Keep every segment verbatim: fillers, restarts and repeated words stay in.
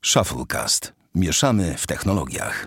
Shufflecast. Mieszamy w technologiach.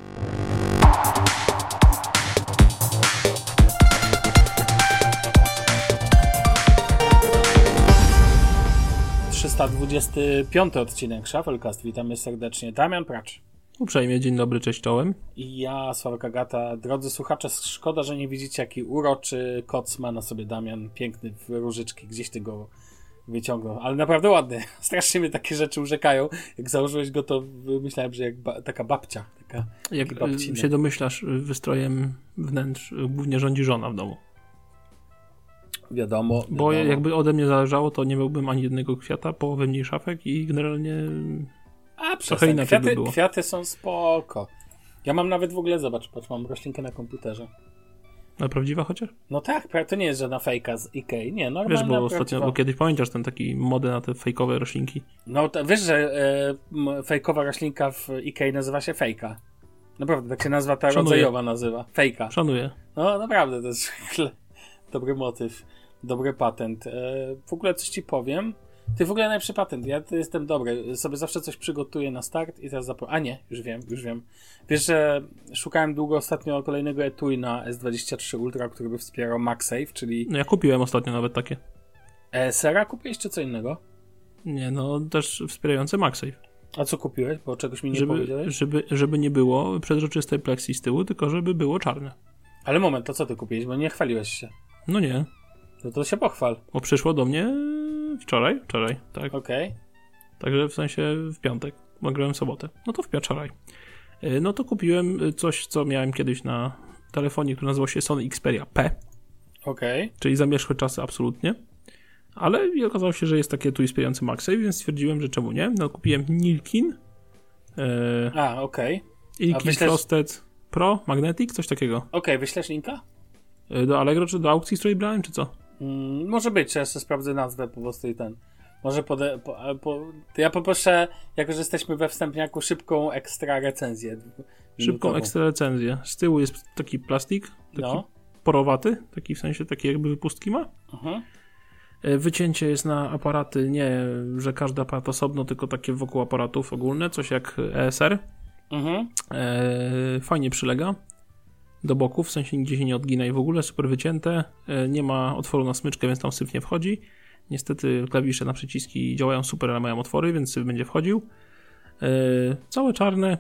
trzysta dwudziesty piąty odcinek Shufflecast. Witamy serdecznie. Damian Pracz. Uprzejmie, dzień dobry, cześć czołem. I ja, Sławek Agata. Drodzy słuchacze, szkoda, że nie widzicie, jaki uroczy koc ma na sobie Damian. Piękny w różyczki. Gdzieś ty go wyciągnął. Ale naprawdę ładny. Strasznie mnie takie rzeczy urzekają. Jak założyłeś go, to myślałem, że jak ba- taka babcia. Taka, jak się domyślasz, wystrojem wnętrz głównie rządzi żona w domu. Wiadomo. Bo wiadomo. jakby ode mnie zależało, to nie miałbym ani jednego kwiata, połowę mniej szafek i generalnie A, trochę inaczej kwiaty, by było. Kwiaty są spoko. Ja mam nawet w ogóle, zobacz, patrz, mam roślinkę na komputerze. A prawdziwa chociaż? No tak, to nie jest żadna fejka z Ikei, nie, normalna. Wiesz, bo ostatnio, prawdziwa. bo kiedyś pamiętasz ten taki modę na te fejkowe roślinki? No to, wiesz, że e, m, fejkowa roślinka w Ikei nazywa się fejka. Naprawdę, tak się nazwa ta Szanuję. rodzajowa nazywa. Fejka. Szanuję. No naprawdę, to jest dobry motyw, dobry patent. E, w ogóle coś ci powiem. Ty w ogóle najlepszy patent. Ja to jestem dobry. Sobie zawsze coś przygotuję na start i teraz zapomnę. A nie, już wiem, już wiem. Wiesz, że szukałem długo ostatnio kolejnego etui na S dwadzieścia trzy Ultra, który by wspierał MagSafe, czyli... No ja kupiłem ostatnio nawet takie. E, Sera kupiłeś czy co innego? Nie, no też wspierające MagSafe. A co kupiłeś? Bo czegoś mi nie żeby, powiedziałeś. żeby, żeby nie było przezroczyste plexi z tyłu, tylko żeby było czarne. Ale moment, to co ty kupiłeś? Bo nie chwaliłeś się. No nie. No to się pochwal. Bo przyszło do mnie wczoraj, wczoraj, tak. Okej. Okay. Także w sensie w piątek, bo grałem w sobotę. No to wczoraj. No to kupiłem coś, co miałem kiedyś na telefonie, który nazywał się Sony Xperia P. Okej. Okay. Czyli zamierzchłe czasy absolutnie. Ale i okazało się, że jest takie tu wspierające MagSafe, więc stwierdziłem, że czemu nie. No kupiłem Nilkin. E, A, okej. Okay. Nilkin wyślesz... Frosted Pro Magnetic, coś takiego. Okej, okay, wyślesz linka? Do Allegro czy do aukcji, z której brałem, czy co? Mm, może być, ja sobie sprawdzę nazwę po prostu i ten. Może pode, po, po, ja poproszę, jako że jesteśmy we wstępniaku, szybką ekstra recenzję. Szybką ekstra recenzję. Z tyłu jest taki plastik, taki no. porowaty, taki w sensie takie jakby wypustki ma. Uh-huh. Wycięcie jest na aparaty, nie, że każdy aparat osobno, tylko takie wokół aparatów ogólne, coś jak E S R. Uh-huh. E, fajnie przylega do boków, w sensie nigdzie się nie odgina i w ogóle super wycięte. E, nie ma otworu na smyczkę, więc tam syf nie wchodzi. Niestety klawisze na przyciski działają super, ale mają otwory, więc syf będzie wchodził. E, całe czarne,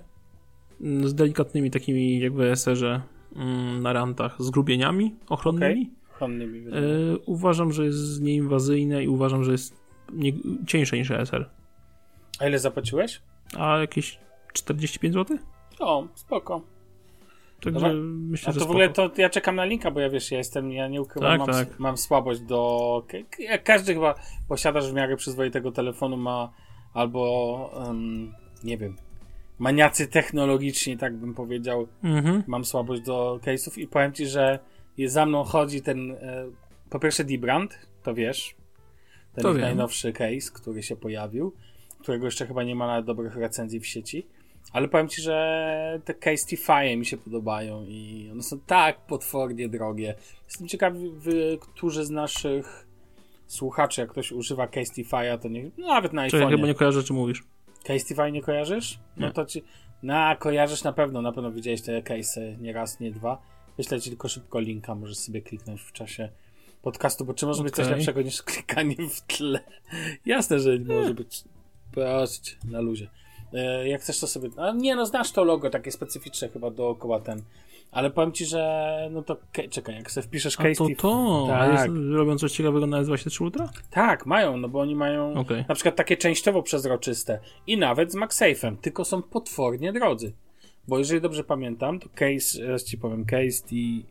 z delikatnymi takimi jak w E S R-ze mm, na rantach, zgrubieniami ochronnymi. Okay. ochronnymi e, uważam, że jest nieinwazyjne i uważam, że jest nie, cieńsze niż E S R. A ile zapłaciłeś? A jakieś czterdzieści pięć złotych? O, spoko. Także Dobra. myślę, A że to w ogóle to ja czekam na linka, bo ja wiesz, ja jestem, ja nie ukrywam, tak, mam, tak. mam słabość do... Jak każdy chyba posiadacz w miarę przyzwoitego telefonu ma albo, um, nie wiem, maniacy technologiczni, tak bym powiedział, mhm. mam słabość do case'ów i powiem ci, że za mną chodzi ten, e, po pierwsze D-Brand, to wiesz, ten to najnowszy case, który się pojawił, którego jeszcze chyba nie ma nawet dobrych recenzji w sieci. Ale powiem ci, że te Casetify mi się podobają i one są tak potwornie drogie. Jestem ciekawy, którzy z naszych słuchaczy, jak ktoś używa Casetify'a, to nie, no nawet na iPhone'ie. Czyli chyba nie kojarzę, czy mówisz. Casetify nie kojarzysz? No nie. to ci, no kojarzysz na pewno, na pewno widziałeś te case'y nie raz, nie dwa. Wyślę ci tylko szybko linka, możesz sobie kliknąć w czasie podcastu, bo czy może okay. być coś lepszego niż klikanie w tle? Jasne, że nie może być. Proszę, na luzie. Jak chcesz to sobie... A nie, no znasz to logo, takie specyficzne chyba dookoła ten. Ale powiem ci, że no to... Ke- czekaj, jak sobie wpiszesz case... A to to? Tak. A jest, robią coś ciekawego na S dwadzieścia trzy Ultra? Tak, mają, no bo oni mają okay. na przykład takie częściowo przezroczyste i nawet z MagSafe'em, tylko są potwornie drodzy. Bo jeżeli dobrze pamiętam, to case, raz ci powiem, case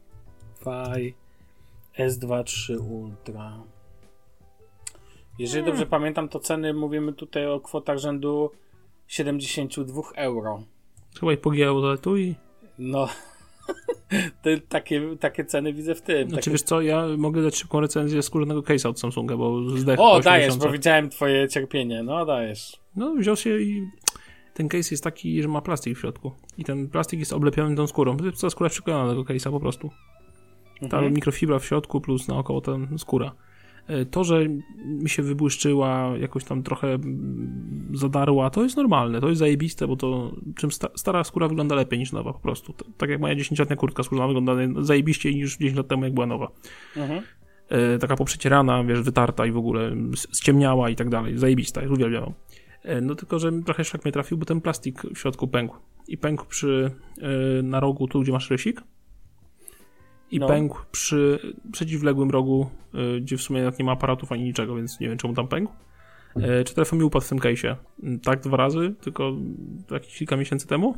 T S dwadzieścia trzy Ultra. Jeżeli hmm. dobrze pamiętam, to ceny, mówimy tutaj o kwotach rzędu siedemdziesiąt dwa euro. Chyba i pogięło tu i... No, te, takie, takie ceny widzę w tym. Znaczy takie... wiesz co, ja mogę dać szybką recenzję skórzanego case'a od Samsunga, bo zdechł. O, dajesz, bo widziałem twoje cierpienie, no dajesz. No, wziął się i ten case jest taki, że ma plastik w środku. I ten plastik jest oblepiony tą skórą. To jest skóra przyklejona do tego case'a po prostu. Ta mhm. mikrofibra w środku plus naokoło ten skóra. To, że mi się wybłyszczyła, jakoś tam trochę zadarła, to jest normalne, to jest zajebiste, bo to czym sta- stara skóra wygląda lepiej niż nowa po prostu. Tak jak moja dziesięcioletnia kurtka skórna wygląda zajebiście niż dziesięć lat temu, jak była nowa. Mhm. E, taka poprzecierana, wiesz, wytarta i w ogóle ściemniała i tak dalej. Zajebista, jest, uwielbiam ją. E, no tylko, że trochę szlak mnie trafił, bo ten plastik w środku pękł. I pękł przy, e, na rogu, tu gdzie masz rysik. I no. pękł przy przeciwległym rogu, y, gdzie w sumie nawet nie ma aparatów ani niczego, więc nie wiem, czemu tam pękł. Y, czy telefon mi upadł w tym case'ie? Y, tak, dwa razy, tylko jakieś kilka miesięcy temu.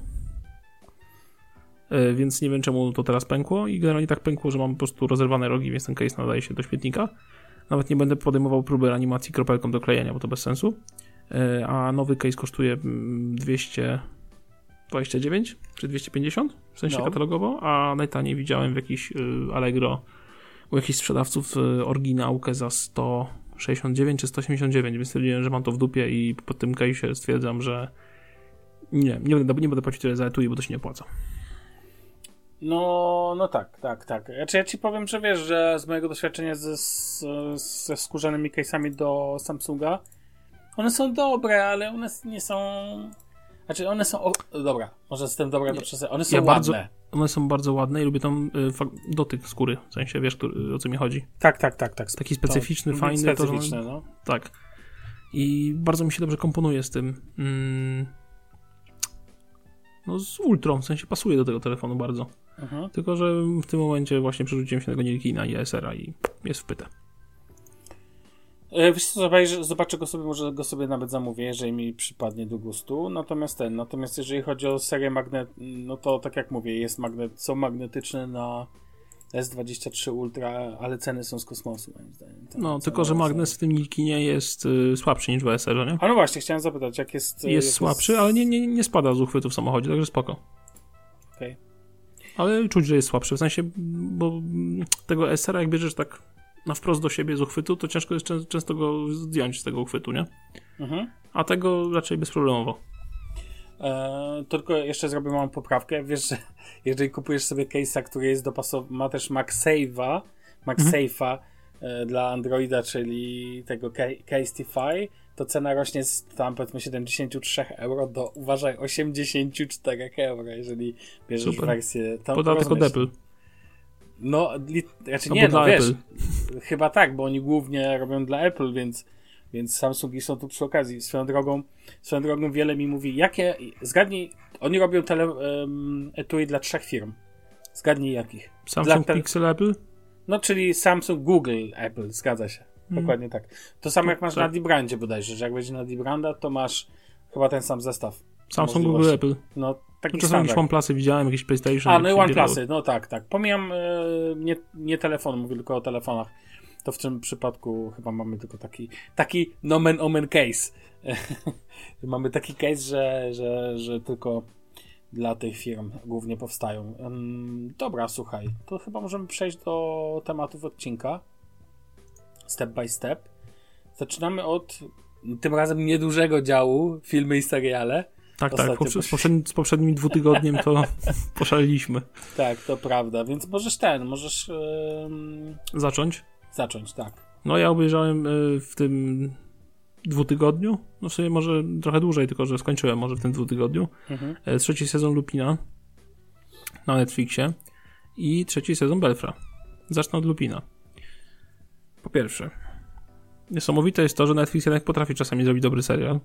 Y, więc nie wiem, czemu to teraz pękło. I generalnie tak pękło, że mam po prostu rozerwane rogi, więc ten case nadaje się do śmietnika. Nawet nie będę podejmował próby reanimacji kropelką do klejenia, bo to bez sensu. Y, a nowy case kosztuje dwieście dwadzieścia dziewięć czy dwieście pięćdziesiąt w sensie no. katalogowo, a najtaniej widziałem w jakiś y, Allegro u jakichś sprzedawców y, oryginałkę za sto sześćdziesiąt dziewięć czy sto osiemdziesiąt dziewięć, więc stwierdziłem, że mam to w dupie i po tym case'ie stwierdzam, że nie, nie będę, nie będę płacić tyle za etui, bo to się nie opłaca. No, no tak, tak, tak. Znaczy ja ci powiem, że wiesz, że z mojego doświadczenia ze, ze skórzanymi case'ami do Samsunga, one są dobre, ale one nie są... Znaczy one są... O, dobra, może z tym dobra do przesady. One są ja ładne. Bardzo, one są bardzo ładne i lubię tam y, fa- dotyk skóry. W sensie, wiesz, który, o co mi chodzi. Tak, tak, tak. tak. Taki specyficzny, to, fajny. Specyficzny, to, no. Tak. I bardzo mi się dobrze komponuje z tym. Mm, no z Ultrą, w sensie pasuje do tego telefonu bardzo. Mhm. Tylko, że w tym momencie właśnie przerzuciłem się na Nilkina i A S R a i jest wpyte. Wiesz co, zobaczę go sobie, może go sobie nawet zamówię, jeżeli mi przypadnie do gustu. Natomiast ten, natomiast jeżeli chodzi o serię magnet, no to tak jak mówię, jest magnet, są magnetyczne na S dwadzieścia trzy Ultra, ale ceny są z kosmosu, moim zdaniem. Ten, no, tylko że magnes w tym Nilkinie jest y, słabszy niż w A S R a, nie? A no właśnie, chciałem zapytać, jak jest... Jest jak słabszy, jest... ale nie, nie, nie spada z uchwytu w samochodzie, także spoko. Okej. Okay. Ale czuć, że jest słabszy, w sensie, bo tego A S R a jak bierzesz tak na wprost do siebie z uchwytu, to ciężko jest czę- często go zdjąć z tego uchwytu, nie? Mhm. A tego raczej bezproblemowo. Eee, tylko jeszcze zrobię małą poprawkę. Wiesz, że jeżeli kupujesz sobie case'a, który jest dopasowany, ma też MagSafe'a, MagSafe'a mhm. e, dla Androida, czyli tego Casetify, to cena rośnie z tam powiedzmy siedemdziesiąt trzy euro do, uważaj, osiemdziesiąt cztery euro, jeżeli bierzesz Super. wersję... Podatek od Apple. No, li, raczej nie, no wiesz, Apple. Chyba tak, bo oni głównie robią dla Apple, więc, więc Samsungi są tu przy okazji. Swoją drogą, swoją drogą wiele mi mówi, jakie, zgadnij, oni robią tele, um, etui dla trzech firm. Zgadnij jakich. Samsung, te... Pixel, Apple? No, czyli Samsung, Google, Apple, zgadza się. Hmm. Dokładnie tak. To samo jak masz tak. na D-Brandzie bodajże, że jak wejdziesz na D-Branda, to masz chyba ten sam zestaw. Samsung, Google, Apple. No, taki czasami jakieś OnePlusy widziałem, jakieś PlayStation. A, no i OnePlusy, no tak, tak. Pomijam e, nie, nie telefon, mówię tylko o telefonach. To w tym przypadku chyba mamy tylko taki taki nomen omen case. Mamy taki case, że, że, że tylko dla tych firm głównie powstają. Um, dobra, słuchaj, to chyba możemy przejść do tematów odcinka. Step by step. Zaczynamy od tym razem niedużego działu, filmy i seriale. Tak, Ostatnio tak, z, poprzedni, z poprzednim dwutygodniem to poszaleliśmy. Tak, to prawda, więc możesz ten, możesz... Yy... Zacząć? Zacząć, tak. No ja obejrzałem w tym dwutygodniu, no w sumie może trochę dłużej, tylko że skończyłem może w tym dwutygodniu. Mhm. Trzeci sezon Lupina na Netflixie i trzeci sezon Belfra. Zacznę od Lupina. Po pierwsze, niesamowite jest to, że Netflix jednak potrafi czasami zrobić dobry serial.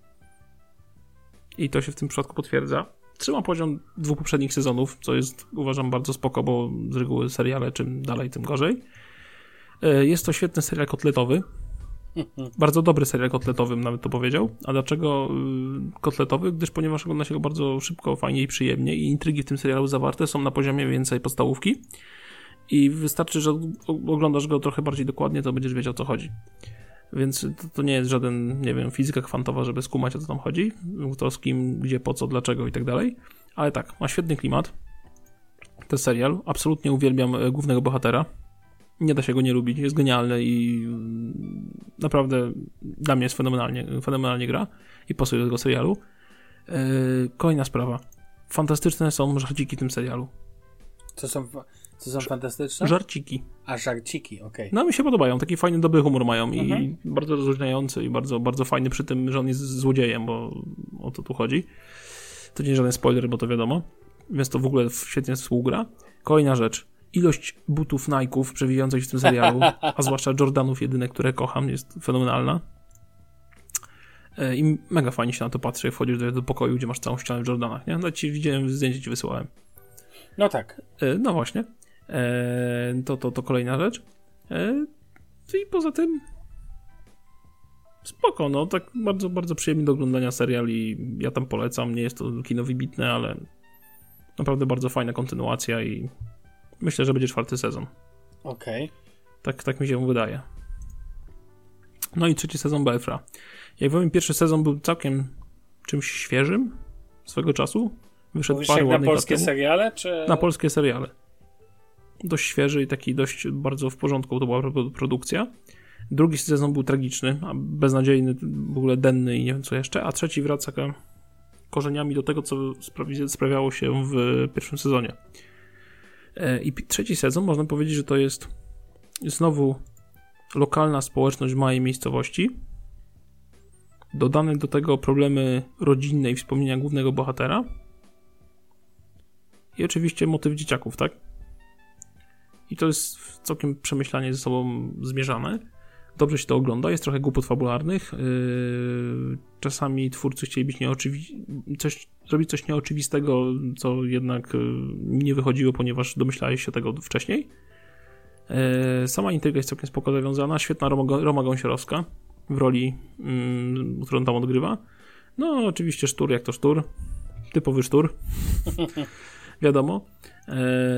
I to się w tym przypadku potwierdza. Trzyma poziom dwóch poprzednich sezonów, co jest, uważam, bardzo spoko, bo z reguły seriale czym dalej, tym gorzej. Jest to świetny serial kotletowy. Bardzo dobry serial kotletowy, nawet to powiedział. A dlaczego kotletowy? Gdyż ponieważ ogląda się go bardzo szybko, fajnie i przyjemnie i intrygi w tym serialu zawarte są na poziomie więcej podstawówki. I wystarczy, że oglądasz go trochę bardziej dokładnie, to będziesz wiedział, o co chodzi. Więc to, to nie jest żaden, nie wiem, fizyka kwantowa, żeby skumać, o co tam chodzi. To z kim, gdzie, po co, dlaczego i tak dalej. Ale tak, ma świetny klimat. Ten serial. Absolutnie uwielbiam głównego bohatera. Nie da się go nie lubić. Jest genialny i naprawdę dla mnie jest fenomenalnie, fenomenalnie gra i pasuje do tego serialu. Yy, kolejna sprawa. Fantastyczne są żarciki w tym serialu. Co są... Co są fantastyczne? Żarciki. A, żarciki, okej. Okay. No mi się podobają, taki fajny, dobry humor mają mhm. i bardzo rozróżniający i bardzo, bardzo fajny przy tym, że on jest złodziejem, bo o to tu chodzi. To nie żaden spoiler, bo to wiadomo. Więc to w ogóle świetnie współgra. Kolejna rzecz. Ilość butów Nike'ów przewijających się w tym serialu, a zwłaszcza Jordanów jedynek, które kocham, jest fenomenalna. I mega fajnie się na to patrzy, jak wchodzisz do, do pokoju, gdzie masz całą ścianę w Jordanach, nie? No ci widziałem, zdjęcie ci wysyłałem. No tak. No właśnie. To, to, to kolejna rzecz. I poza tym spoko, no tak bardzo, bardzo przyjemnie do oglądania serial i ja tam polecam. Nie jest to kino wybitne, ale naprawdę bardzo fajna kontynuacja i myślę, że będzie czwarty sezon. Okej. Okay. Tak, tak mi się wydaje. No i trzeci sezon Belfra. Jak powiem, pierwszy sezon był całkiem czymś świeżym swego czasu. Wyszedł Mówisz parę jak ładnych na polskie lat temu. seriale, czy... Na polskie seriale. Dość świeży i taki dość bardzo w porządku to była produkcja. Drugi sezon był tragiczny, a beznadziejny, w ogóle denny i nie wiem co jeszcze, a trzeci wraca korzeniami do tego, co sprawiało się w pierwszym sezonie. I trzeci sezon, można powiedzieć, że to jest znowu lokalna społeczność w małej miejscowości, dodane do tego problemy rodzinne i wspomnienia głównego bohatera i oczywiście motyw dzieciaków, tak? I to jest całkiem przemyślanie ze sobą zmierzane. Dobrze się to ogląda, jest trochę głupot fabularnych. Yy, czasami twórcy chcieli być nieoczywi- coś, zrobić coś nieoczywistego, co jednak yy, nie wychodziło, ponieważ domyślałeś się tego wcześniej. Yy, sama intryga jest całkiem spoko zawiązana. Świetna Roma, Roma Gąsiorowska w roli, yy, którą tam odgrywa. No oczywiście sztur jak to sztur. Typowy sztur. Wiadomo. Yy,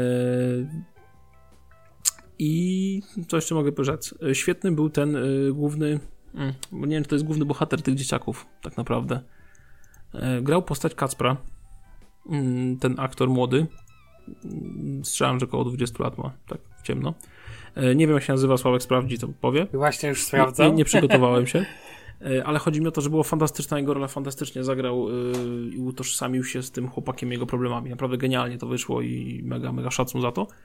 I co jeszcze mogę powiedzieć? Świetny był ten y, główny, mm, bo nie wiem, czy to jest główny bohater tych dzieciaków, tak naprawdę. Y, grał postać Kacpra, y, ten aktor młody. Y, strzelam, że około dwudziestu lat ma, tak w ciemno. Y, nie wiem, jak się nazywa, Sławek sprawdzi, to powie. Właśnie już sprawdzam. Nie, nie, nie przygotowałem się. Y, ale chodzi mi o to, że było fantastyczna, jego rola fantastycznie zagrał y, i utożsamił się z tym chłopakiem, jego problemami. Naprawdę genialnie to wyszło i mega, mega szacun za to.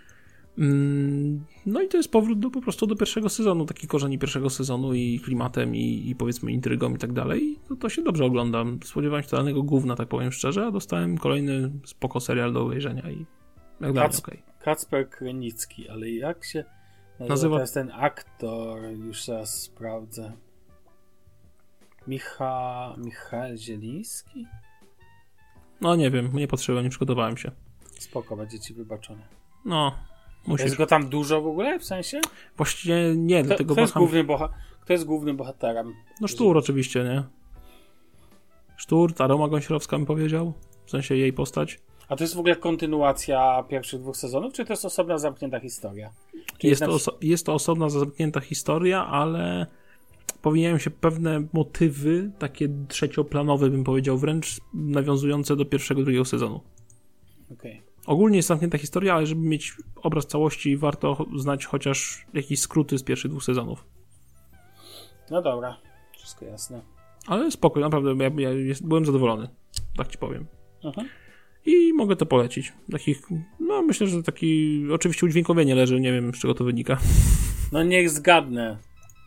No i to jest powrót do, po prostu do pierwszego sezonu, taki korzeni pierwszego sezonu i klimatem i, i powiedzmy intrygą i tak dalej. To, to się dobrze ogląda. Spodziewałem się totalnego gówna, tak powiem szczerze, a dostałem kolejny spoko serial do obejrzenia i jak dalej, Kac- okej. Kacper Krenicki, ale jak się nazywa, nazywa teraz ten aktor? Już raz sprawdzę. Micha... Michał Zieliński? No nie wiem, nie patrzyłem, nie przygotowałem się. Spoko, będzie ci wybaczone. No... Musisz. Jest go tam dużo w ogóle, w sensie? Właściwie nie, kto, dlatego kto, jest waham... główny boha- kto jest głównym bohaterem? No Sztur oczywiście, nie? Sztur, ta Roma Gąsiorowska mi powiedział, w sensie jej postać. A to jest w ogóle kontynuacja pierwszych dwóch sezonów, czy to jest osobna, zamknięta historia? Jest to, oso- jest to osobna, zamknięta historia, ale powinienem się pewne motywy, takie trzecioplanowe bym powiedział wręcz, nawiązujące do pierwszego, drugiego sezonu. Okej. Okay. Ogólnie jest zamknięta historia, ale żeby mieć obraz całości, warto znać chociaż jakieś skróty z pierwszych dwóch sezonów. No dobra, wszystko jasne. Ale spokój, naprawdę, ja, ja jest, byłem zadowolony, tak ci powiem. Mhm. I mogę to polecić. Takich, no myślę, że taki, oczywiście udźwiękowienie leży, nie wiem z czego to wynika. No niech zgadnę.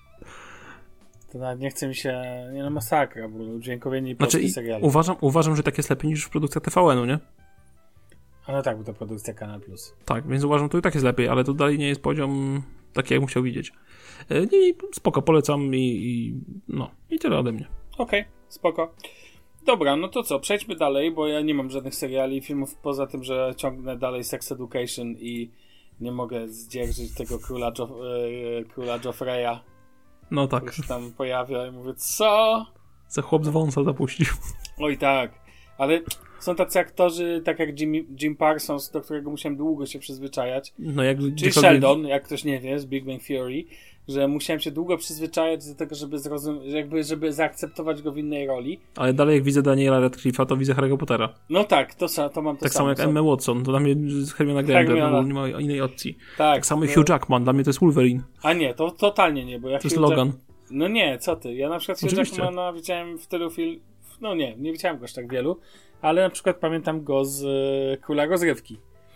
To nawet nie chce mi się, nie no masakra, bo udźwiękowienie i polskie znaczy, seriale. Uważam, uważam, że tak jest lepiej niż produkcja T V N-u, nie? A no tak, bo to produkcja Kanal Plus. Tak, więc uważam, że to i tak jest lepiej, ale to dalej nie jest poziom taki, jak bym chciał widzieć. I spoko, polecam i, i no, i tyle ode mnie. Okej, okay, spoko. Dobra, no to co, przejdźmy dalej, bo ja nie mam żadnych seriali i filmów, poza tym, że ciągnę dalej Sex Education i nie mogę zdzierżyć tego króla, jo- yy, króla Joffreya. No tak. Już tam pojawia i mówię, co? Co chłop z wąsa zapuścił. Oj tak, ale są tacy aktorzy, tak jak Jim, Jim Parsons, do którego musiałem długo się przyzwyczajać. No jak Czyli gdziekolwiek... Sheldon, jak ktoś nie wie, z Big Bang Theory, że musiałem się długo przyzwyczajać do tego, żeby zrozum- jakby, żeby zaakceptować go w innej roli. Ale dalej jak widzę Daniela Radcliffe'a, to widzę Harry'ego Pottera. No tak, to, to mam to tak samo. samo jak Emma Watson, to dla mnie Hermiona Granger, bo nie ma innej opcji. Tak, tak samo no... Hugh Jackman, dla mnie to jest Wolverine. A nie, to totalnie nie, bo ja To jest Hugh Logan. Jack... No nie, co ty, ja na przykład Hugh Oczywiście. Jackmana widziałem w tylu film... No nie, nie widziałem go aż tak wielu, ale na przykład pamiętam go z y, Króla Rozrywki.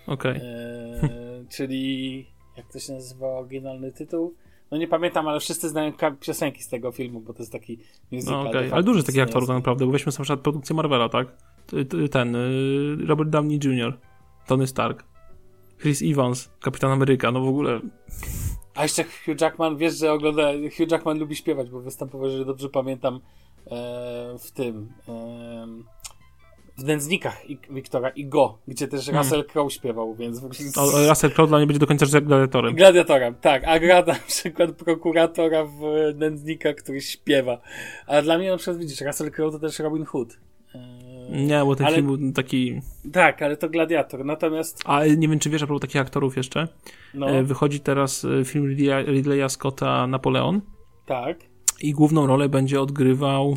Okej. Okay. E, czyli jak to się nazywa oryginalny tytuł? No nie pamiętam, ale wszyscy znają piosenki z tego filmu, bo to jest taki musical. No, okay. Ale dużo jest takich aktorów tak naprawdę, bo weźmy sobie na przykład produkcję Marvela, tak? Ten, Robert Downey junior, Tony Stark, Chris Evans, Kapitan Ameryka, no w ogóle... A jeszcze Hugh Jackman, wiesz, że ogląda... Hugh Jackman lubi śpiewać, bo występował, że dobrze pamiętam e, w tym... E, w Nędznikach i Wiktora i Go, gdzie też hmm. Russell Crowe śpiewał, więc... O, Russell Crowe dla mnie będzie do końca gladiatorem. Gladiatorem, tak. A gra na przykład prokuratora w Nędznikach, który śpiewa. A dla mnie na przykład, widzisz, Russell Crowe to też Robin Hood. Eee, nie, bo ten ale... film był taki... Tak, ale to Gladiator, natomiast... A nie wiem, czy wiesz, a propos takich aktorów jeszcze. No. E, wychodzi teraz film Ridleya, Ridleya Scotta Napoleon. Tak. I główną rolę będzie odgrywał...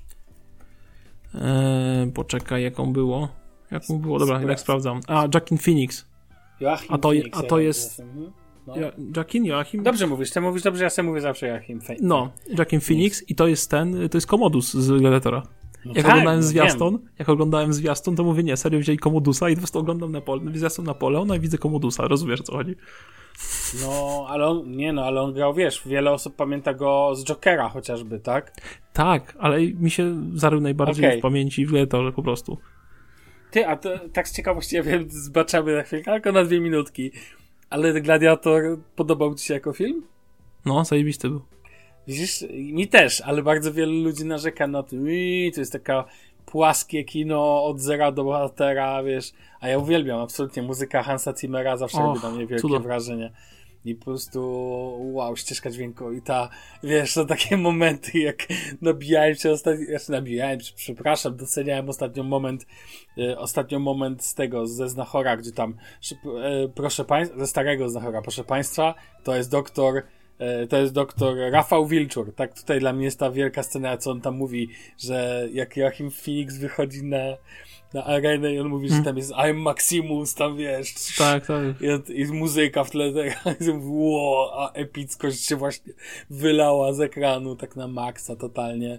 Eee, poczekaj, jaką było. Jaką było? Dobra, jednak sprawdzam. A, Joaquin Phoenix. Joachim a to, Phoenix, a to jest... No. Ja, Joaquin, Joachim? Dobrze mówisz, ty mówisz dobrze, ja sobie mówię zawsze Joachim Phoenix. No, Joaquin Phoenix i to jest ten, to jest Commodus z Gladiatora. No jak tak, oglądałem no zwiastun, wiem. jak oglądałem zwiastun, to mówię, nie, serio wzięli Commodusa i po prostu oglądam Napole- zwiastun Napoleona i widzę Commodusa, rozumiesz, o co chodzi? No, ale on, nie no, ale on grał, wiesz, wiele osób pamięta go z Jokera chociażby, tak? Tak, ale mi się zarył najbardziej okay. w pamięci w Gladiatorze po prostu. Ty, a to tak z ciekawości, ja wiem, zobaczymy na chwilkę, tylko na dwie minutki, ale Gladiator podobał ci się jako film? No, zajebisty był. Widzisz, mi też, ale bardzo wielu ludzi narzeka na to, i to jest taka płaskie kino od zera do bohatera, wiesz, a ja uwielbiam absolutnie muzyka Hansa Zimmera, zawsze robi na mnie wielkie cudo. wrażenie. I po prostu wow, ścieżka dźwięku i ta, wiesz, to takie momenty, jak nabijałem się ostatnio, znaczy nabijałem się, przepraszam, doceniałem ostatnio moment, e, ostatnio moment z tego, ze Znachora, gdzie tam, e, proszę państwa, ze starego Znachora, proszę państwa, to jest doktor, e, to jest doktor Rafał Wilczur, tak, tutaj dla mnie jest ta wielka scena, co on tam mówi, że jak Joachim Phoenix wychodzi na na arenę i on mówi, hmm. że tam jest I'm Maximus, tam wiesz. Tak, tak. I, i muzyka w tle i mówi, wow, a epickość się właśnie wylała z ekranu tak na maksa totalnie.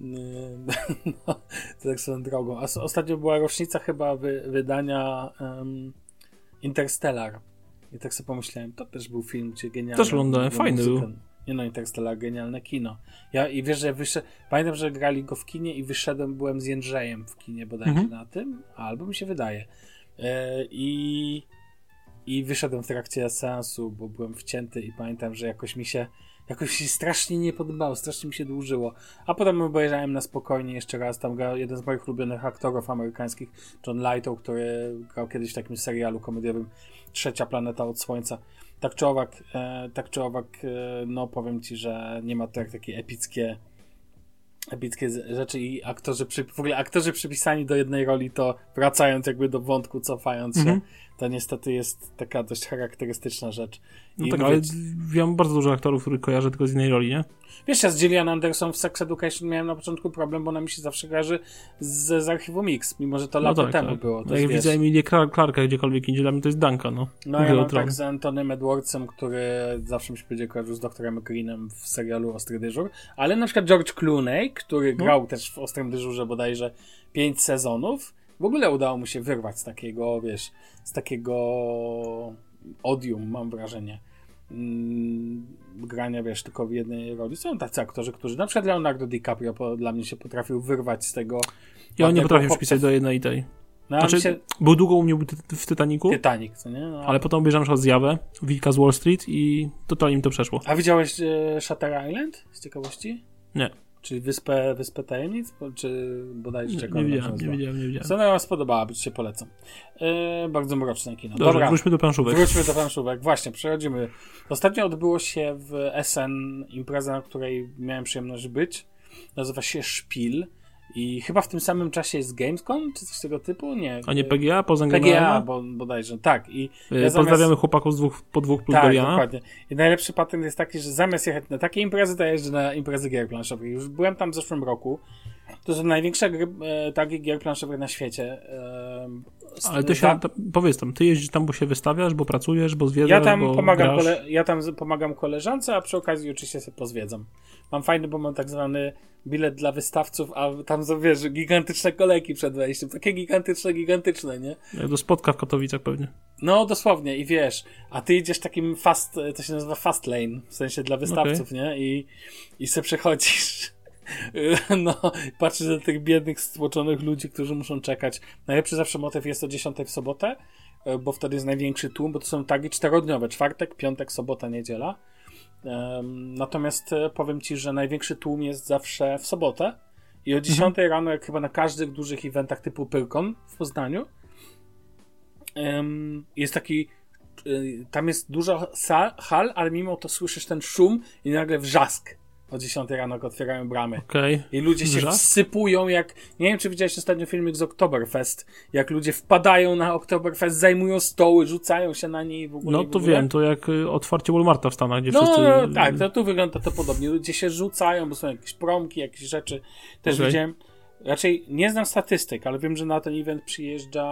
No, to tak swoją drogą. A ostatnio była rocznica chyba wy, wydania um, Interstellar. I tak sobie pomyślałem, to też był film, gdzie genialny. Też oglądałem, fajny był. Nie no, Interstellar, genialne kino. Ja i wiesz, że wyszedł, pamiętam, że grali go w kinie i wyszedłem, byłem z Jędrzejem w kinie bodajże mhm. na tym, albo mi się wydaje. E, i, I wyszedłem w trakcie seansu, bo byłem wcięty i pamiętam, że jakoś mi się jakoś się strasznie nie podobało, strasznie mi się dłużyło. A potem obejrzałem na spokojnie jeszcze raz, tam grał jeden z moich ulubionych aktorów amerykańskich, John Lithgow, który grał kiedyś w takim serialu komediowym Trzecia planeta od Słońca. Tak czy owak, e, tak czy owak, e, no powiem ci, że nie ma to jak takie epickie epickie rzeczy i aktorzy, przy, w ogóle aktorzy przypisani do jednej roli, to wracając jakby do wątku, cofając się, mm-hmm. to niestety jest taka dość charakterystyczna rzecz. No I tak, mówię, ale ja mam bardzo dużo aktorów, których kojarzę tylko z innej roli, nie? Wiesz, ja z Gillian Anderson w Sex Education miałem na początku problem, bo ona mi się zawsze kojarzy z, z archiwum Mix, mimo że to no lata tak, temu tak. było. To jak jest, widzę Emilię Clarka gdziekolwiek indziej, dla mnie to jest Duncan, no. No ja mam tak z Antonym Edwardsem, który zawsze mi się będzie kojarzył z doktorem Greenem w serialu Ostry Dyżur, ale na przykład George Clooney, który no. grał też w Ostrym Dyżurze bodajże pięć sezonów, w ogóle udało mu się wyrwać z takiego, wiesz, z takiego odium, mam wrażenie. Mm, grania, wiesz, tylko w jednej roli. Są tacy aktorzy, którzy, na przykład Leonardo DiCaprio po, dla mnie się potrafił wyrwać z tego. Ja on nie potrafię przypisać do jednej tej. No, znaczy, się... Był długo u mnie w Titanicu. Titanic, co nie? No, ale potem obejrzałem już Zjawę, Wilka z Wall Street i totalnie mi to przeszło. A widziałeś e, Shutter Island z ciekawości? Nie. Czyli Wyspę, Wyspę Tajemnic? Czy bodajże nie, nie widziałem, nie widziałem, nie widziałem. Co nam spodobała, by ci się polecam. E, bardzo mroczne kino. Dobrze, Dobra, wróćmy do planszówek. Wróćmy do planszówek. Właśnie, przechodzimy. Ostatnio odbyło się w S N impreza, na której miałem przyjemność być. Nazywa się Szpil. I chyba w tym samym czasie jest Gamescom, czy coś tego typu? Nie. A nie P G A? Poza P G A, bo, bodajże, tak. I ja Pozdrawiamy zamiast... chłopaków z dwóch, po dwóch plus tak, Doriana. Dokładnie. I najlepszy patent jest taki, że zamiast jechać na takie imprezy, to ja jeżdżę na imprezy gier planszowych. Już byłem tam w zeszłym roku. To są największe gry, e, takie gier planszowe na świecie. E, Ale ty się, ta, powiedz tam, ty jeździsz tam, bo się wystawiasz, bo pracujesz, bo zwiedzasz, ja tam bo pomagam grasz. kole, Ja tam pomagam koleżance, a przy okazji oczywiście sobie pozwiedzam. Mam fajny, bo mam tak zwany bilet dla wystawców, a tam są, wiesz, gigantyczne kolejki przed wejściem. Takie gigantyczne, gigantyczne, nie? Jak do spotka w Katowicach pewnie. No, dosłownie, i wiesz, a ty idziesz takim fast, to się nazywa fast lane, w sensie dla wystawców, okay. nie? I, i se przechodzisz, no, patrzysz na tych biednych, stłoczonych ludzi, którzy muszą czekać. Najlepszy zawsze motyw jest o dziesiątej w sobotę, bo wtedy jest największy tłum, bo to są targi czterodniowe, czwartek, piątek, sobota, niedziela. Um, natomiast powiem ci, że największy tłum jest zawsze w sobotę i o dziesiątej mhm. rano, jak chyba na każdych dużych eventach typu Pyrkon w Poznaniu, um, jest taki, y, tam jest dużo sal, hal, ale mimo to słyszysz ten szum i nagle wrzask. O dziesiątej rano, jak otwierają bramy. Okay. I ludzie się Wrzask? wsypują jak... Nie wiem, czy widziałeś ostatnio filmik z Oktoberfest. Jak ludzie wpadają na Oktoberfest, zajmują stoły, rzucają się na nie i w ogóle... No to wiem, to jak otwarcie Walmarta w Stanach, gdzie no, wszyscy... No tak, to tu wygląda to podobnie. Ludzie się rzucają, bo są jakieś promki, jakieś rzeczy. Też okay. widziałem... Raczej nie znam statystyk, ale wiem, że na ten event przyjeżdża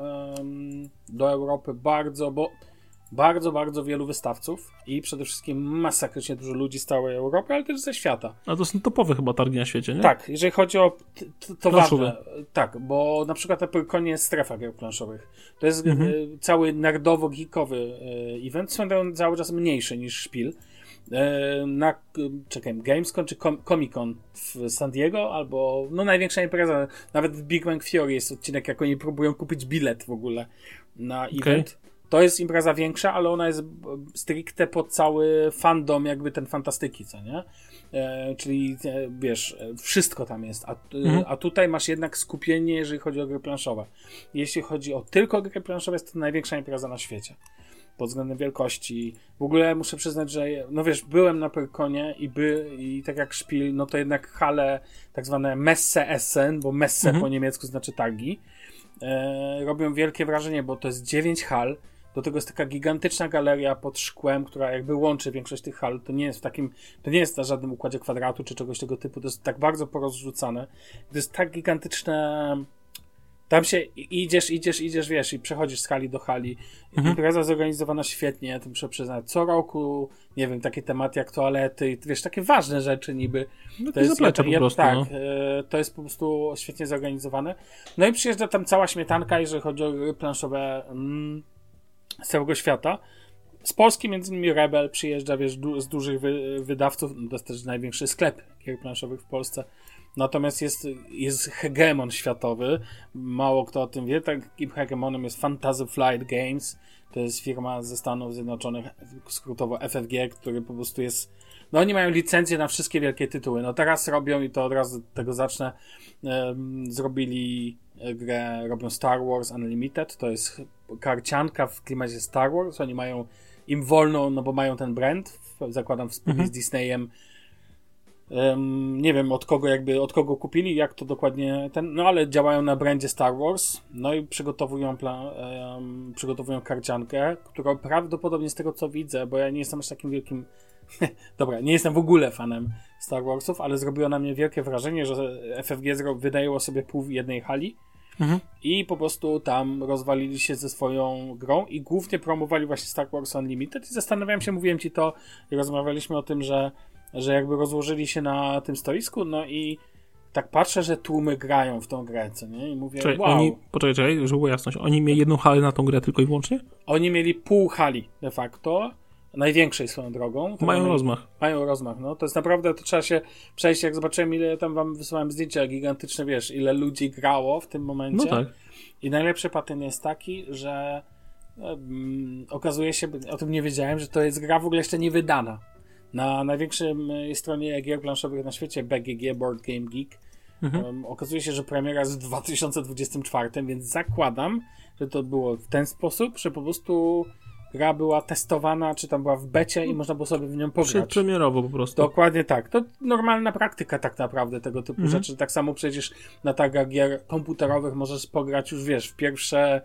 um, do Europy bardzo, bo... Bardzo, bardzo wielu wystawców i przede wszystkim masakrycznie dużo ludzi z całej Europy, ale też ze świata. A to są topowe chyba targi na świecie, nie? Tak, jeżeli chodzi o t- t- to ważne. Tak, bo na przykład na Pyrkonie jest strefa gier planszowych. To jest mhm. y, cały nerdowo-geekowy y, event, są cały czas mniejszy niż Szpil. Y, na, y, czekaj, Gamescom czy Com- Comic-Con w San Diego, albo no największa impreza, nawet w Big Bang Theory jest odcinek, jak oni próbują kupić bilet w ogóle na event. Okay. To jest impreza większa, ale ona jest stricte pod cały fandom jakby ten fantastyki, co nie? E, czyli e, wiesz, wszystko tam jest, a, mhm. a tutaj masz jednak skupienie, jeżeli chodzi o gry planszowe. Jeśli chodzi o tylko gry planszowe, jest to największa impreza na świecie. Pod względem wielkości. W ogóle muszę przyznać, że no wiesz, byłem na Pyrkonie i by, i tak jak Szpil, no to jednak hale, tak zwane Messe Essen, bo Messe mhm. po niemiecku znaczy targi, e, robią wielkie wrażenie, bo to jest dziewięć hal. Do tego jest taka gigantyczna galeria pod szkłem, która jakby łączy większość tych hal. To nie jest w takim, to nie jest na żadnym układzie kwadratu czy czegoś tego typu. To jest tak bardzo porozrzucane. To jest tak gigantyczne. Tam się idziesz, idziesz, idziesz, wiesz, i przechodzisz z hali do hali. Mhm. Impreza zorganizowana świetnie, to muszę przyznać. Co roku, nie wiem, takie tematy jak toalety, wiesz, takie ważne rzeczy niby. No to jest zaplecze po prostu. Tak, no. to jest po prostu świetnie zorganizowane. No i przyjeżdża tam cała śmietanka, jeżeli chodzi o gry planszowe. Mm, z całego świata. Z Polski między innymi Rebel przyjeżdża, wiesz, du- z dużych wy- wydawców. No to jest też największy sklep gier planszowych w Polsce. Natomiast jest, jest hegemon światowy. Mało kto o tym wie. Takim hegemonem jest Fantasy Flight Games. To jest firma ze Stanów Zjednoczonych, skrótowo F F G, który po prostu jest... No oni mają licencję na wszystkie wielkie tytuły. No teraz robią, i to od razu od tego zacznę, um, zrobili grę, robią Star Wars Unlimited. To jest karcianka w klimacie Star Wars. Oni mają, im wolno, no bo mają ten brand, zakładam wspólnie mhm. z Disneyem. Um, nie wiem od kogo jakby, od kogo kupili, jak to dokładnie ten, no ale działają na brandzie Star Wars, no i przygotowują plan, um, przygotowują karciankę, którą prawdopodobnie z tego co widzę, bo ja nie jestem aż takim wielkim dobra, nie jestem w ogóle fanem Star Warsów, ale zrobiło na mnie wielkie wrażenie, że F F G wynajęło sobie pół jednej hali mhm. i po prostu tam rozwalili się ze swoją grą i głównie promowali właśnie Star Wars Unlimited i zastanawiałem się, mówiłem ci to i rozmawialiśmy o tym, że że jakby rozłożyli się na tym stoisku, no i tak patrzę, że tłumy grają w tą grę, co nie? I mówię, Czekaj, wow. Oni, poczekaj, czekaj, żeby była jasność. Oni mieli jedną halę na tą grę tylko i wyłącznie? Oni mieli pół hali de facto, największej swoją drogą. Mają mają rozmach. Mają rozmach, no. To jest naprawdę, to trzeba się przejść, jak zobaczyłem, ile tam wam wysłałem zdjęcia gigantyczne, wiesz, ile ludzi grało w tym momencie. No tak. I najlepszy patent jest taki, że um, okazuje się, o tym nie wiedziałem, że to jest gra w ogóle jeszcze nie wydana. Na największym stronie gier planszowych na świecie, B G G, Board Game Geek, mhm. um, okazuje się, że premiera jest w dwa tysiące dwudziestym czwartym, więc zakładam, że to było w ten sposób, że po prostu gra była testowana, czy tam była w becie i można było sobie w nią pograć. Przedpremierowo po prostu. Dokładnie tak. To normalna praktyka tak naprawdę tego typu mhm. rzeczy. Tak samo przecież na targach gier komputerowych możesz pograć już, wiesz, w pierwsze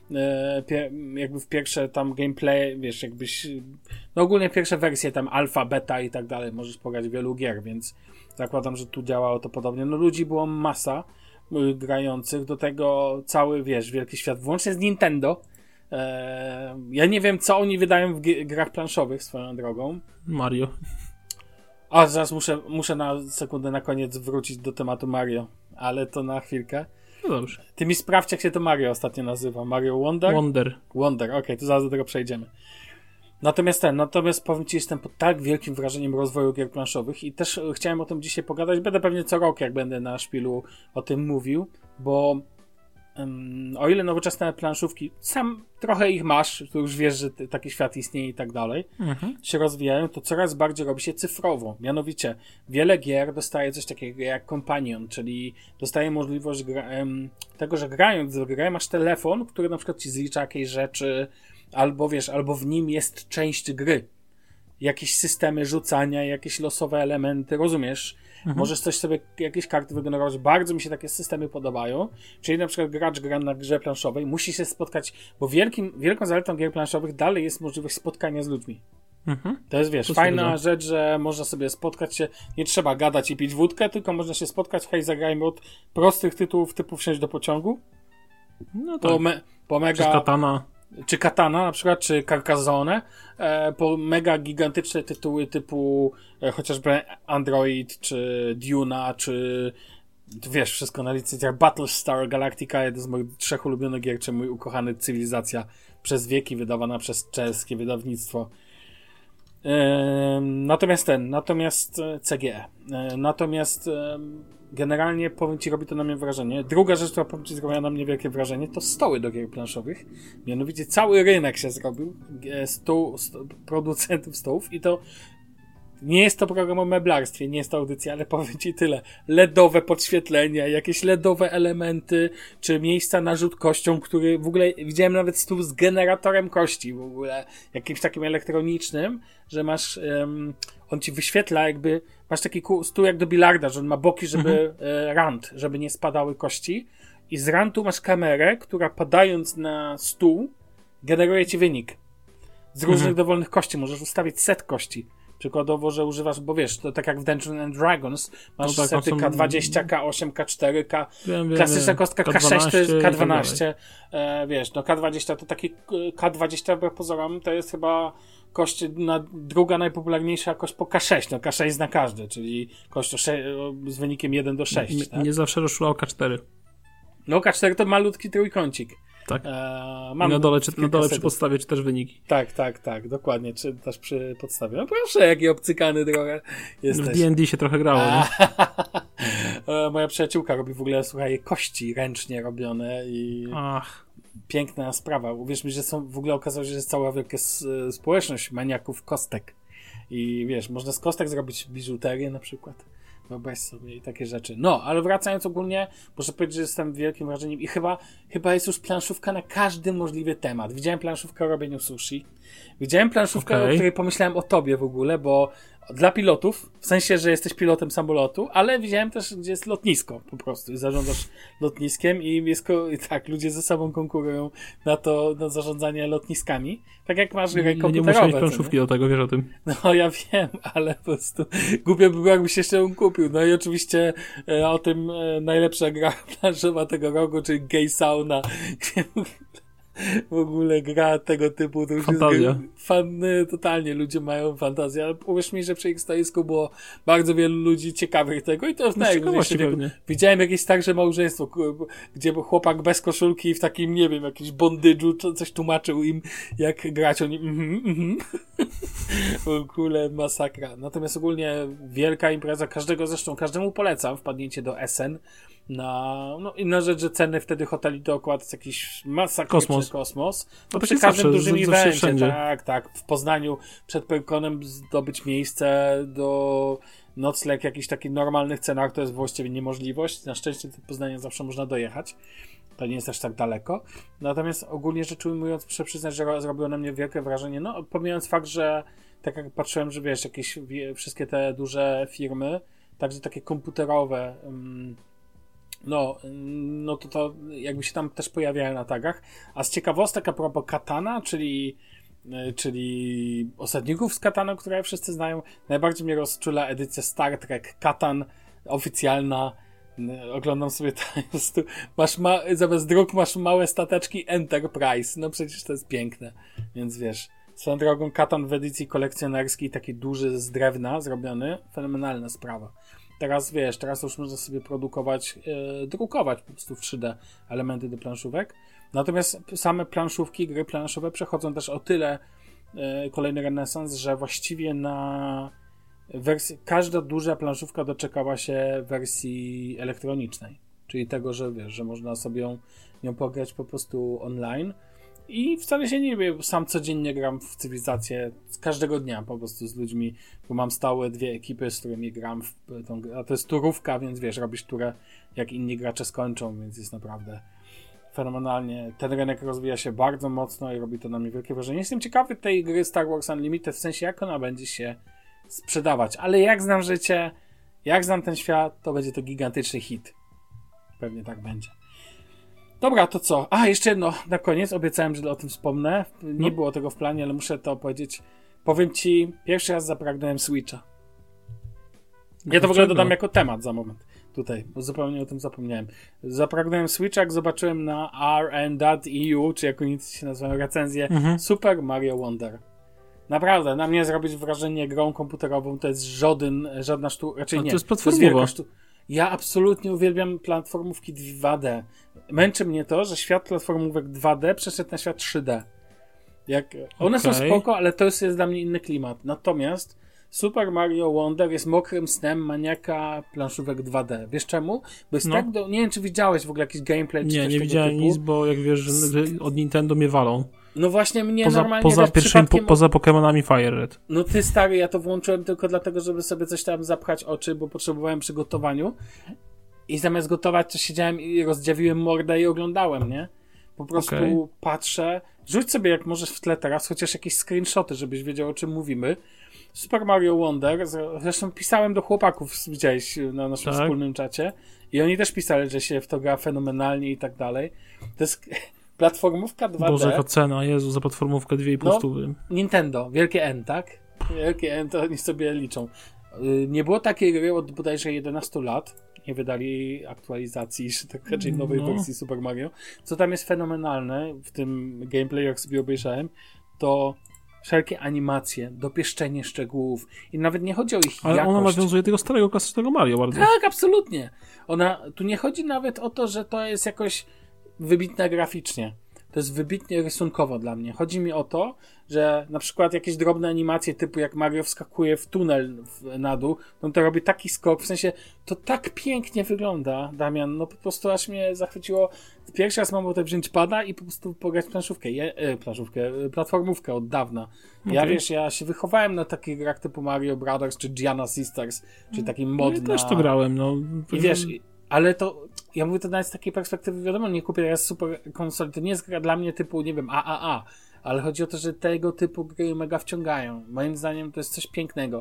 jakby w pierwsze tam gameplay, wiesz, jakbyś no ogólnie pierwsze wersje tam alfa, beta i tak dalej możesz pograć wielu gier, więc zakładam, że tu działało to podobnie. No ludzi było masa. y, grających, do tego cały, wiesz, wielki świat, włącznie z Nintendo. E, ja nie wiem, co oni wydają w g- grach planszowych, swoją drogą. Mario. A, zaraz muszę, muszę na sekundę na koniec wrócić do tematu Mario, ale to na chwilkę. No dobrze. Ty mi sprawdź, jak się to Mario ostatnio nazywa. Mario Wonder? Wonder. Wonder, okej, okay, to zaraz do tego przejdziemy. Natomiast ten, natomiast powiem ci, jestem pod tak wielkim wrażeniem rozwoju gier planszowych i też chciałem o tym dzisiaj pogadać. Będę pewnie co rok, jak będę na szpilu o tym mówił, bo um, o ile nowoczesne planszówki, sam trochę ich masz, to już wiesz, że t- taki świat istnieje i tak dalej, mhm. się rozwijają, to coraz bardziej robi się cyfrowo. Mianowicie, wiele gier dostaje coś takiego jak Companion, czyli dostaje możliwość gra- um, tego, że grając w grę masz telefon, który na przykład ci zlicza jakieś rzeczy, albo wiesz, albo w nim jest część gry. Jakieś systemy rzucania, jakieś losowe elementy, rozumiesz? Mhm. Możesz coś sobie, jakieś karty wygenerować. Bardzo mi się takie systemy podobają. Czyli na przykład gracz gra na grze planszowej, musi się spotkać, bo wielkim, wielką zaletą gier planszowych dalej jest możliwość spotkania z ludźmi. Mhm. To jest, wiesz, to fajna sobie rzecz, że można sobie spotkać się, nie trzeba gadać i pić wódkę, tylko można się spotkać, hej, zagrajmy od prostych tytułów typu wsiąść do pociągu. No tak. Po, me, po mega... Czy Katana. Czy Katana na przykład, czy Carcassonne, e, po mega gigantyczne tytuły typu e, chociażby Android, czy Duna, czy wiesz, wszystko na licencjach. Battlestar Galactica, jeden z moich trzech ulubionych gier, czy mój ukochany Cywilizacja, przez wieki wydawana przez czeskie wydawnictwo. E, natomiast ten, natomiast C G E. E, natomiast e, generalnie, powiem ci, robi to na mnie wrażenie. Druga rzecz, która powiem ci, zrobiła na mnie wielkie wrażenie, to stoły do gier planszowych. Mianowicie cały rynek się zrobił stół, sto, producentów stołów i to nie jest to program o meblarstwie, nie jest to audycja, ale powiem ci tyle. LEDowe podświetlenia, jakieś LEDowe elementy, czy miejsca na rzut kością, który w ogóle, widziałem nawet stół z generatorem kości w ogóle, jakimś takim elektronicznym, że masz, um, on ci wyświetla jakby, masz taki stół jak do bilarda, że on ma boki, żeby mhm. e, rand, żeby nie spadały kości i z randu masz kamerę, która padając na stół generuje ci wynik. Z różnych mhm. dowolnych kości, możesz ustawić set kości. Przykładowo, że używasz, bo wiesz, to tak jak w Dungeons and Dragons, masz no tak, sety są... K dwadzieścia, K osiem, K cztery, K... Wiem, wiem, klasyczna wiem. Kostka K sześć to jest K dwanaście, e, wiesz, no K dwadzieścia to taki K dwadzieścia, wbrew pozorom, to jest chyba kość, na, druga najpopularniejsza kość po K sześć, no K sześć zna każdy, czyli kość o sze- z wynikiem jeden do sześciu. Nie, tak? nie zawsze rozszulał K cztery. No K cztery to malutki trójkącik. Tak. E, mam na dole, czy, na dole przy podstawie czy też wyniki. Tak, tak, tak, dokładnie, czy też przy podstawie. No proszę, jaki obcykany trochę jesteś. W D and D się trochę grało, nie? Moja przyjaciółka robi w ogóle, słuchaj, kości ręcznie robione i Ach. piękna sprawa. Uwierz mi, że są, w ogóle okazało się, że jest cała wielka społeczność maniaków kostek. I wiesz, można z kostek zrobić biżuterię na przykład. Wyobraź sobie i takie rzeczy. No, ale wracając ogólnie, muszę powiedzieć, że jestem wielkim wrażeniem i chyba, chyba jest już planszówka na każdy możliwy temat. Widziałem planszówkę o robieniu sushi. Widziałem planszówkę, okay. o której pomyślałem o tobie w ogóle, bo dla pilotów, w sensie, że jesteś pilotem samolotu, ale widziałem też, gdzie jest lotnisko po prostu i zarządzasz lotniskiem i, jest ko- i tak, ludzie ze sobą konkurują na to, na zarządzanie lotniskami. Tak jak masz grę komputerowe. Nie muszę mieć planszówki do tego, wiesz o tym. No ja wiem, ale po prostu głupio by było, jakbyś jeszcze ją kupił. No i oczywiście e, o tym e, najlepsza gra planszowa tego roku, czyli Gay Sauna, gdzie w ogóle gra tego typu, to już Fantazja. jest fan, totalnie ludzie mają fantazję, ale uwierz mi, że przy ich stoisku było bardzo wielu ludzi ciekawych tego i to w tak, widziałem jakieś starsze małżeństwo, gdzie był chłopak bez koszulki w takim, nie wiem, jakimś bondydżu, coś tłumaczył im, jak grać, oni mhm, mhm. W ogóle masakra. Natomiast ogólnie wielka impreza, każdego zresztą, każdemu polecam wpadnięcie do Essen. Na, no inna rzecz, że ceny wtedy hoteli dookoła to jest jakiś masakryczny kosmos. kosmos. No przy każdym zawsze, dużym evencie, tak, tak. W Poznaniu przed Pyrkonem zdobyć miejsce do nocleg w jakichś takich normalnych cenach to jest właściwie niemożliwość. Na szczęście do Poznania zawsze można dojechać. To nie jest aż tak daleko. Natomiast ogólnie rzecz ujmując, muszę przyznać, że zrobiło na mnie wielkie wrażenie. No, pomijając fakt, że tak jak patrzyłem, że wiesz, jakieś wszystkie te duże firmy, także takie komputerowe, um, No, no to, to jakby się tam też pojawiają na tagach. A z ciekawostek a propos Katana, czyli, czyli osadników z Katana, które wszyscy znają, najbardziej mnie rozczula edycja Star Trek Katan, oficjalna, Oglądam sobie to, po prostu masz ma, zamiast dróg masz małe stateczki Enterprise. No przecież to jest piękne. Więc wiesz, swoją drogą Katan w edycji kolekcjonerskiej, taki duży z drewna zrobiony, fenomenalna sprawa. Teraz wiesz, teraz już można sobie produkować, yy, drukować po prostu w trzy D elementy do planszówek. Natomiast same planszówki, gry planszowe przechodzą też o tyle yy, kolejny renesans, że właściwie na wersji, każda duża planszówka doczekała się wersji elektronicznej. Czyli tego, że wiesz, że można sobie ją, ją pograć po prostu online. I wcale się nie lubię, bo sam codziennie gram w cywilizację z każdego dnia po prostu z ludźmi, bo mam stałe dwie ekipy, z którymi gram w tą grę. A to jest turówka, więc wiesz, robisz turę jak inni gracze skończą, więc jest naprawdę fenomenalnie. Ten rynek rozwija się bardzo mocno i robi to na mnie wielkie wrażenie. Jestem ciekawy tej gry Star Wars Unlimited, w sensie jak ona będzie się sprzedawać, ale jak znam życie, jak znam ten świat, to będzie to gigantyczny hit. Pewnie tak będzie. Dobra, to co? A, jeszcze jedno na koniec. Obiecałem, że o tym wspomnę. Nie było tego w planie, ale muszę to powiedzieć. Powiem ci, pierwszy raz zapragnąłem Switcha. Ja to w ogóle dodam jako temat za moment. Tutaj, bo zupełnie o tym zapomniałem. Zapragnąłem Switcha, jak zobaczyłem na R N dot E U, czy jak oni się nazywają, recenzję mhm. Super Mario Wonder. Naprawdę, na mnie zrobić wrażenie grą komputerową to jest żaden, żadna sztuka, raczej nie. To jest platformowa. Ja absolutnie uwielbiam platformówki dwa D. Męczy mnie to, że świat platformówek dwa D przeszedł na świat trzy D. Jak, one okay. są spoko, ale to jest, jest dla mnie inny klimat. Natomiast Super Mario Wonder jest mokrym snem maniaka planszówek dwa D. Wiesz czemu? Bo jest no. tak do... Nie wiem, czy widziałeś w ogóle jakiś gameplay, czy Nie, coś nie tego widziałem typu. nic, bo jak wiesz, że od Nintendo mnie walą. No właśnie mnie poza, normalnie... Poza tak pierwszymi, przypadkiem... po, poza Pokemonami Fire Red. No ty stary, ja to włączyłem tylko dlatego, żeby sobie coś tam zapchać oczy, bo potrzebowałem przygotowaniu. I zamiast gotować, to siedziałem i rozdziawiłem mordę i oglądałem, nie? Po prostu okay. patrzę. Rzuć sobie jak możesz w tle teraz, chociaż jakieś screenshoty, żebyś wiedział, o czym mówimy. Super Mario Wonder, zresztą pisałem do chłopaków, widziałeś na naszym tak. wspólnym czacie i oni też pisali, że się w to gra fenomenalnie i tak dalej. To jest platformówka dwa D. Boże, jaka cena, Jezu, za platformówkę dwie i pół no, stówy. Nintendo, wielkie N, tak? Wielkie N, to oni sobie liczą. Nie było takiej gry od bodajże jedenastu lat. Nie wydali aktualizacji, czy tak raczej nowej no. wersji Super Mario. Co tam jest fenomenalne w tym gameplayu, jak sobie obejrzałem, to wszelkie animacje, dopieszczenie szczegółów i nawet nie chodzi o ich Ale jakość. Ale ona nawiązuje tego starego, klasycznego Mario bardzo. Tak, absolutnie. Ona, tu nie chodzi nawet o to, że to jest jakoś wybitne graficznie. To jest wybitnie rysunkowo dla mnie. Chodzi mi o to, że na przykład jakieś drobne animacje typu jak Mario wskakuje w tunel w, na dół, no to robi taki skok, w sensie to tak pięknie wygląda, Damian, no po prostu aż mnie zachwyciło. Pierwszy raz mam ochotę wziąć pada i po prostu pograć planszówkę, je, e, planszówkę, e, platformówkę od dawna. Ja okay. wiesz, ja się wychowałem na takich grach typu Mario Brothers czy Giana Sisters, czy taki mod ja na... też to grałem, no. I wiesz... Ale to, ja mówię to nawet z takiej perspektywy, wiadomo, nie kupię teraz super konsoli, to nie jest gra dla mnie typu, nie wiem, A A A, ale chodzi o to, że tego typu gry mega wciągają. Moim zdaniem to jest coś pięknego.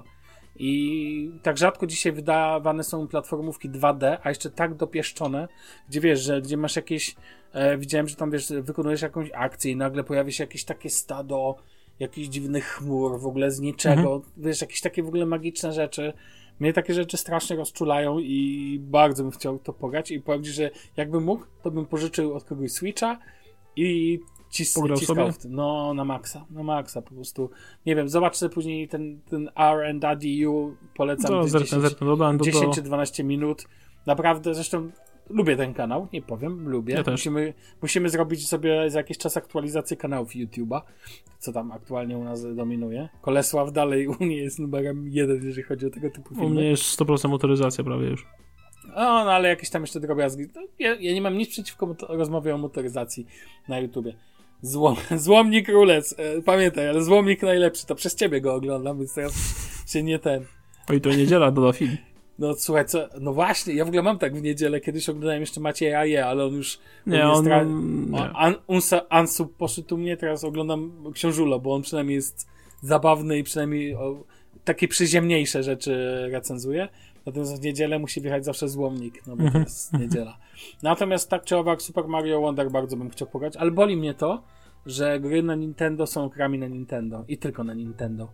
I tak rzadko dzisiaj wydawane są platformówki dwa D, a jeszcze tak dopieszczone, gdzie wiesz, że gdzie masz jakieś, e, widziałem, że tam wiesz, wykonujesz jakąś akcję i nagle pojawi się jakieś takie stado jakichś dziwnych chmur, w ogóle z niczego, mhm. wiesz, jakieś takie w ogóle magiczne rzeczy. Mnie takie rzeczy strasznie rozczulają i bardzo bym chciał to pograć i powiem ci, że jakbym mógł, to bym pożyczył od kogoś Switcha i cis, ciskał w tym. No, na maksa, na maksa po prostu. Nie wiem, zobacz sobie później ten, ten R N dot E U, polecam to zerknę, zerknę, dodam, do, dziesięć czy dwanaście minut. Naprawdę, zresztą lubię ten kanał, nie powiem, lubię. Ja musimy, musimy zrobić sobie za jakiś czas aktualizację kanałów YouTube'a, co tam aktualnie u nas dominuje. Kolesław dalej u mnie jest numerem jeden, jeżeli chodzi o tego typu filmy. U mnie jest sto procent motoryzacja prawie już. O, no ale jakieś tam jeszcze drobiazgi. Ja, ja nie mam nic przeciwko moto- rozmowie o motoryzacji na YouTubie. Złom, Złomnik Rulec, e, pamiętaj, ale Złomnik najlepszy, to przez ciebie go oglądam, więc teraz się nie ten... Oj, to niedziela doda film. No słuchaj, co, no właśnie, ja w ogóle mam tak w niedzielę, kiedyś oglądałem jeszcze Macieja Aje, ale on już... Nie, on... Stra... nie. An, unsa, Ansub poszedł u mnie, teraz oglądam Książula, bo on przynajmniej jest zabawny i przynajmniej o, takie przyziemniejsze rzeczy recenzuje. Natomiast w niedzielę musi wjechać zawsze Złomnik, no bo to jest niedziela. Natomiast tak czy owak Super Mario Wonder bardzo bym chciał pograć, ale boli mnie to, że gry na Nintendo są grami na Nintendo i tylko na Nintendo.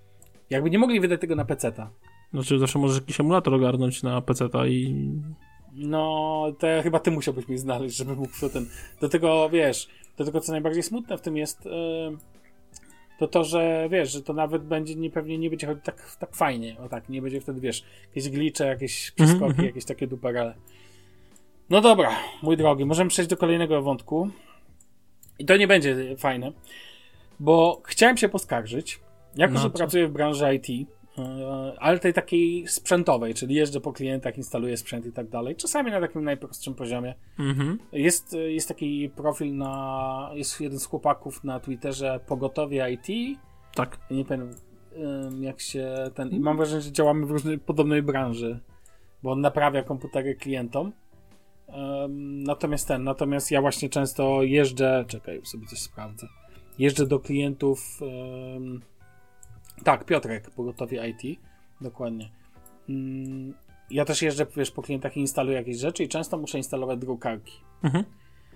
Jakby nie mogli wydać tego na peceta. Znaczy zawsze możesz jakiś emulator ogarnąć na peceta i... No, to chyba ty musiałbyś mi znaleźć, żeby mógł to ten... Do tego, wiesz, do tego co najbardziej smutne w tym jest... Yy... to to, że wiesz, że to nawet będzie nie, pewnie nie będzie chodzić tak, tak fajnie, o tak, nie będzie wtedy, wiesz, jakieś glicze, jakieś przeskoki, mm-hmm. jakieś takie duperele. No dobra, mój drogi, możemy przejść do kolejnego wątku i to nie będzie fajne, bo chciałem się poskarżyć, jako no, że co? pracuję w branży I T, ale tej takiej sprzętowej, czyli jeżdżę po klientach, instaluję sprzęt i tak dalej, czasami na takim najprostszym poziomie. Mm-hmm. Jest, jest taki profil na, jest jeden z chłopaków na Twitterze, Pogotowie I T. Tak. Nie pamiętam jak się ten, i mam wrażenie, że działamy w różnej, podobnej branży, bo on naprawia komputery klientom. Um, natomiast ten, natomiast ja właśnie często jeżdżę, czekaj, sobie coś sprawdzę, jeżdżę do klientów um, tak, Piotrek, Pogotowie I T, dokładnie. Mm, ja też jeżdżę, wiesz, po klientach i instaluję jakieś rzeczy i często muszę instalować drukarki. Mhm.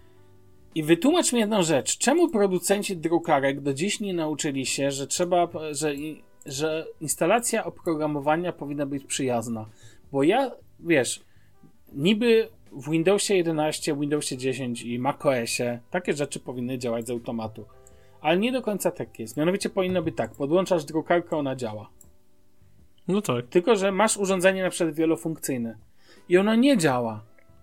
I wytłumacz mi jedną rzecz. Czemu producenci drukarek do dziś nie nauczyli się, że trzeba, że, że instalacja oprogramowania powinna być przyjazna? Bo ja, wiesz, niby w Windowsie jedenaście, Windowsie dziesięć i macOSie takie rzeczy powinny działać z automatu. Ale nie do końca tak jest. Mianowicie powinno być tak. Podłączasz drukarkę, ona działa. No tak. Tylko że masz urządzenie na przykład wielofunkcyjne i ono nie działa.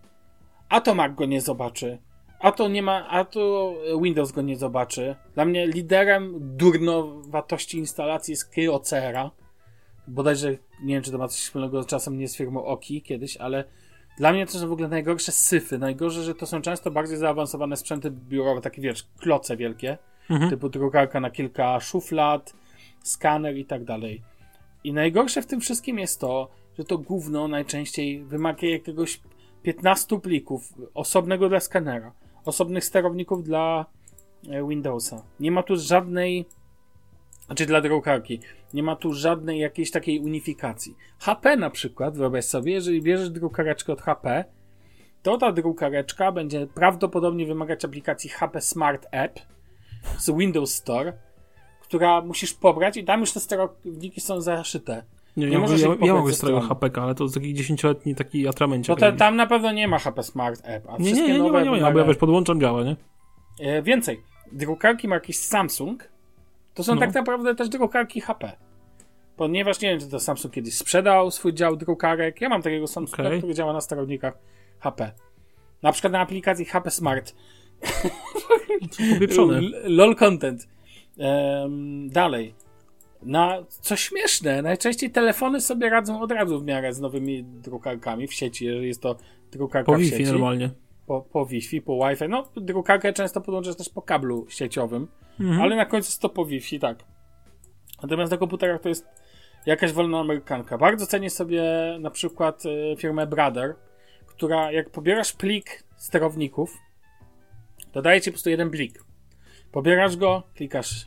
A to Mac go nie zobaczy. A to nie ma, a to Windows go nie zobaczy. Dla mnie liderem durnowatości instalacji jest Kyocera. Bodajże, nie wiem, czy to ma coś wspólnego czasem nie z firmą Oki kiedyś, ale dla mnie to są w ogóle najgorsze syfy. Najgorsze, że to są często bardziej zaawansowane sprzęty biurowe, takie wiesz, kloce wielkie. Mhm. Typu drukarka na kilka szuflad, skaner i tak dalej. I najgorsze w tym wszystkim jest to, że to gówno najczęściej wymaga jakiegoś piętnastu plików, osobnego dla skanera, osobnych sterowników dla Windowsa. Nie ma tu żadnej, znaczy dla drukarki, nie ma tu żadnej jakiejś takiej unifikacji. H P na przykład, wyobraź sobie, jeżeli bierzesz drukareczkę od H P, to ta drukareczka będzie prawdopodobnie wymagać aplikacji H P Smart App z Windows Store, która musisz pobrać i tam już te sterowniki są zaszyte. Nie, nie ja, możesz ja, ja mogę z tego H P K, ale to jest taki dziesięcioletni taki atramencie. No to tam na pewno nie ma H P Smart App. A nie, nie, nie, nowe nie ma, nie ma, bo ja wiesz, podłączam, działa, nie? E, więcej. Drukarki marki Samsung to są no. tak naprawdę też drukarki H P. Ponieważ nie wiem, czy to Samsung kiedyś sprzedał swój dział drukarek. Ja mam takiego Samsunga, okay. który działa na sterownikach H P. Na przykład na aplikacji H P Smart. LOL content. Um, dalej. Na, co śmieszne, najczęściej telefony sobie radzą od razu w miarę z nowymi drukarkami w sieci, jeżeli jest to drukarka po w Wi-Fi sieci. normalnie. Po, po Wi-Fi, po Wi-Fi. No, drukarkę często podłączasz też po kablu sieciowym, mhm. ale na końcu jest to po Wi-Fi, tak. Natomiast na komputerach to jest jakaś wolna amerykanka. Bardzo cenię sobie na przykład y, firmę Brother, która jak pobierasz plik sterowników, to daje ci po prostu jeden plik. Pobierasz go, klikasz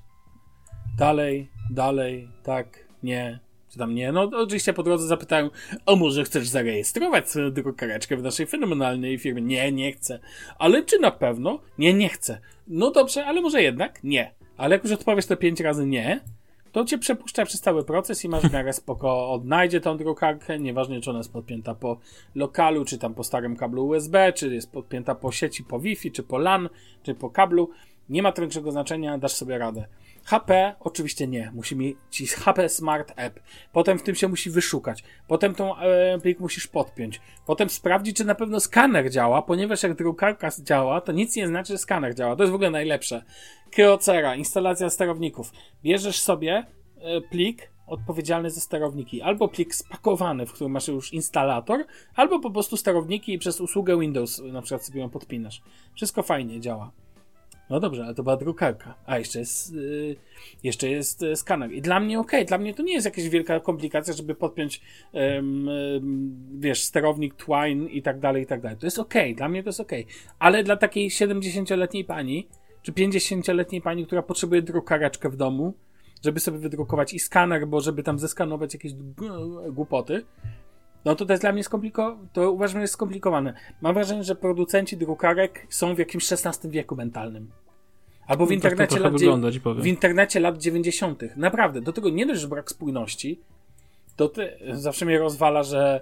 dalej, dalej, tak, nie, czy tam nie. No oczywiście po drodze zapytają, o może chcesz zarejestrować sobie drukareczkę w naszej fenomenalnej firmie? Nie, nie chcę. Ale czy na pewno? Nie, nie chcę. No dobrze, ale może jednak? Nie. Ale jak już odpowiesz to pięć razy nie, to cię przepuszcza przez cały proces i masz w miarę spoko, odnajdzie tą drukarkę, nieważne czy ona jest podpięta po lokalu, czy tam po starym kablu U S B, czy jest podpięta po sieci, po Wi-Fi, czy po LAN, czy po kablu. Nie ma to większego znaczenia, dasz sobie radę. H P oczywiście nie, musi mieć H P Smart App, potem w tym się musi wyszukać, potem tą e, plik musisz podpiąć, potem sprawdzić, czy na pewno skaner działa, ponieważ jak drukarka działa, to nic nie znaczy, że skaner działa, to jest w ogóle najlepsze. Kyocera, instalacja sterowników, bierzesz sobie e, plik odpowiedzialny za sterowniki, albo plik spakowany, w którym masz już instalator, albo po prostu sterowniki i przez usługę Windows na przykład sobie ją podpinasz. Wszystko fajnie działa. No dobrze, ale to była drukarka. A jeszcze jest yy, jeszcze jest yy, skaner. I dla mnie okej, okay. Dla mnie to nie jest jakaś wielka komplikacja, żeby podpiąć yy, yy, wiesz, sterownik Twine i tak dalej, i tak dalej. To jest okej, okay. Dla mnie to jest okej. Okay. Ale dla takiej siedemdziesięcioletniej pani, czy pięćdziesięcioletniej pani, która potrzebuje drukareczkę w domu, żeby sobie wydrukować i skaner, bo żeby tam zeskanować jakieś g- głupoty, no to to jest dla mnie skomplikowane, to uważam, że jest skomplikowane. Mam wrażenie, że producenci drukarek są w jakimś szesnastym wieku mentalnym. Albo w, no, internecie, tak lat wygląda, dzie- w internecie lat dziewięćdziesiątych. Naprawdę, do tego nie dość, że brak spójności, to ty, zawsze mnie rozwala, że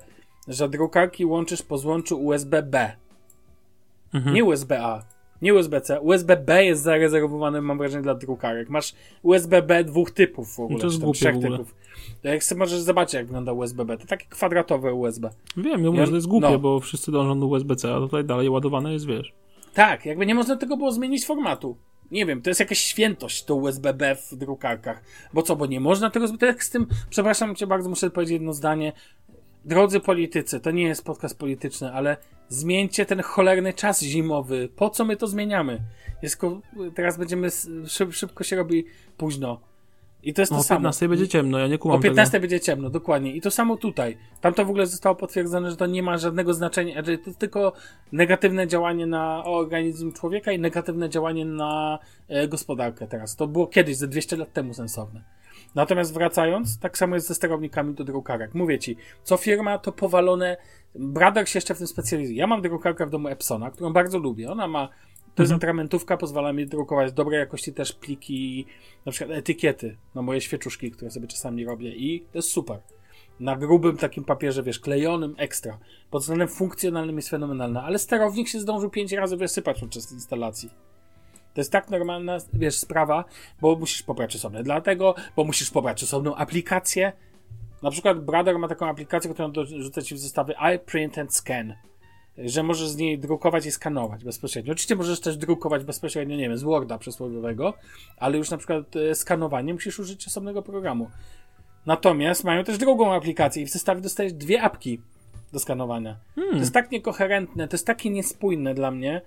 że drukarki łączysz po złączu U S B B. Mhm. Nie U S B A. Nie U S B C. U S B B jest zarezerwowane, mam wrażenie, dla drukarek. Masz U S B B dwóch typów w ogóle. To jest głupie trzech w ogóle. typów. To jak sobie możesz zobaczyć, jak wygląda U S B B. To takie kwadratowe U S B. Wiem, ja mówię, że to jest głupie, no. bo wszyscy dążą do U S B C, a tutaj dalej ładowane jest, wiesz. Tak, jakby nie można tego było zmienić formatu. Nie wiem, to jest jakaś świętość to U S B B w drukarkach. Bo co, bo nie można tego zrobić? Tak z tym, przepraszam cię bardzo, muszę powiedzieć jedno zdanie. Drodzy politycy, to nie jest podcast polityczny, ale zmieńcie ten cholerny czas zimowy. Po co my to zmieniamy? Jest ko- teraz będziemy, szyb, szybko się robi późno. I to jest to o samo. O piętnastej będzie ciemno, ja nie kumam O piętnastej tego. będzie ciemno, dokładnie. I to samo tutaj. Tam to w ogóle zostało potwierdzone, że to nie ma żadnego znaczenia, że to tylko negatywne działanie na organizm człowieka i negatywne działanie na e, gospodarkę teraz. To było kiedyś, ze dwieście lat temu sensowne. Natomiast wracając, tak samo jest ze sterownikami do drukarek. Mówię ci, co firma to powalone. Brother się jeszcze w tym specjalizuje. Ja mam drukarkę w domu Epsona, którą bardzo lubię. Ona ma, to jest Mhm. atramentówka, pozwala mi drukować dobrej jakości też pliki, na przykład etykiety na moje świeczuszki, które sobie czasami robię i to jest super. Na grubym takim papierze, wiesz, klejonym ekstra. Pod względem funkcjonalnym jest fenomenalna, ale sterownik się zdążył pięć razy wysypać podczas instalacji. To jest tak normalna, wiesz, sprawa, bo musisz pobrać osobne dlatego, bo musisz pobrać osobną aplikację. Na przykład Brother ma taką aplikację, którą dorzuca ci w zestawy iPrint and Scan, że możesz z niej drukować i skanować bezpośrednio. Oczywiście możesz też drukować bezpośrednio, nie wiem, z Worda przysłowiowego, ale już na przykład e, skanowanie musisz użyć osobnego programu. Natomiast mają też drugą aplikację i w zestawie dostajesz dwie apki do skanowania. Hmm. To jest tak niekoherentne, to jest takie niespójne dla mnie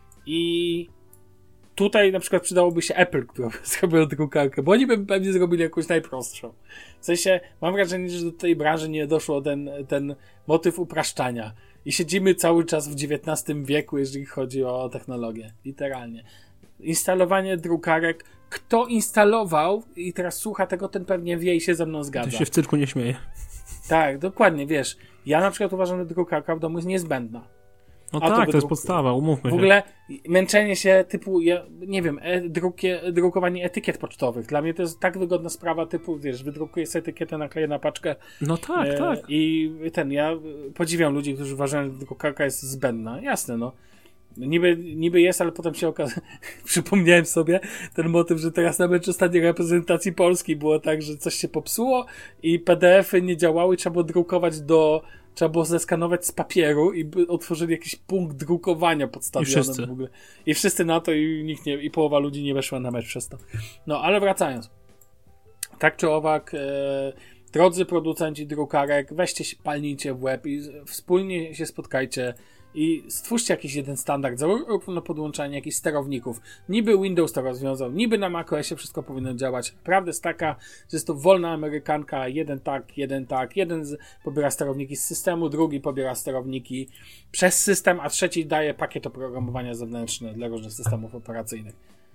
i tutaj na przykład przydałoby się Apple, który zrobił drukarkę, bo oni by pewnie zrobili jakąś najprostszą. W sensie, mam wrażenie, że do tej branży nie doszło ten, ten motyw upraszczania. I siedzimy cały czas w dziewiętnastym wieku, jeżeli chodzi o technologię. Literalnie. Instalowanie drukarek. Kto instalował i teraz słucha tego, ten pewnie wie i się ze mną zgadza. To się w cyrku nie śmieje. Tak, dokładnie, wiesz. Ja na przykład uważam, że drukarka w domu jest niezbędna. No A to tak, to, wydruk- jest podstawa, umówmy W się. ogóle męczenie się typu, ja, nie wiem, e, drukie, drukowanie etykiet pocztowych. Dla mnie to jest tak wygodna sprawa typu, wiesz, wydrukuję sobie etykietę, nakleję na paczkę. No tak, e, tak. I ten, ja podziwiam ludzi, którzy uważają, że drukarka jest zbędna. Jasne, no. Niby, niby jest, ale potem się okazało, przypomniałem sobie ten motyw, że teraz na mecz ostatniej reprezentacji Polski było tak, że coś się popsuło i P D F-y nie działały, trzeba było drukować do, trzeba było zeskanować z papieru i by otworzyli jakiś punkt drukowania pod stadionem. I wszyscy. W ogóle. I wszyscy na to i nikt nie, i połowa ludzi nie weszła na mecz przez to. No, ale wracając. Tak czy owak, e, drodzy producenci drukarek, weźcie się, palnijcie w łeb i wspólnie się spotkajcie i stwórzcie jakiś jeden standard, zarówno podłączanie jakichś sterowników. Niby Windows to rozwiązał, niby na macOSie wszystko powinno działać. Prawda jest taka, że jest to wolna amerykanka, jeden tak, jeden tak, jeden z, pobiera sterowniki z systemu, drugi pobiera sterowniki przez system, a trzeci daje pakiet oprogramowania zewnętrzne dla różnych systemów operacyjnych.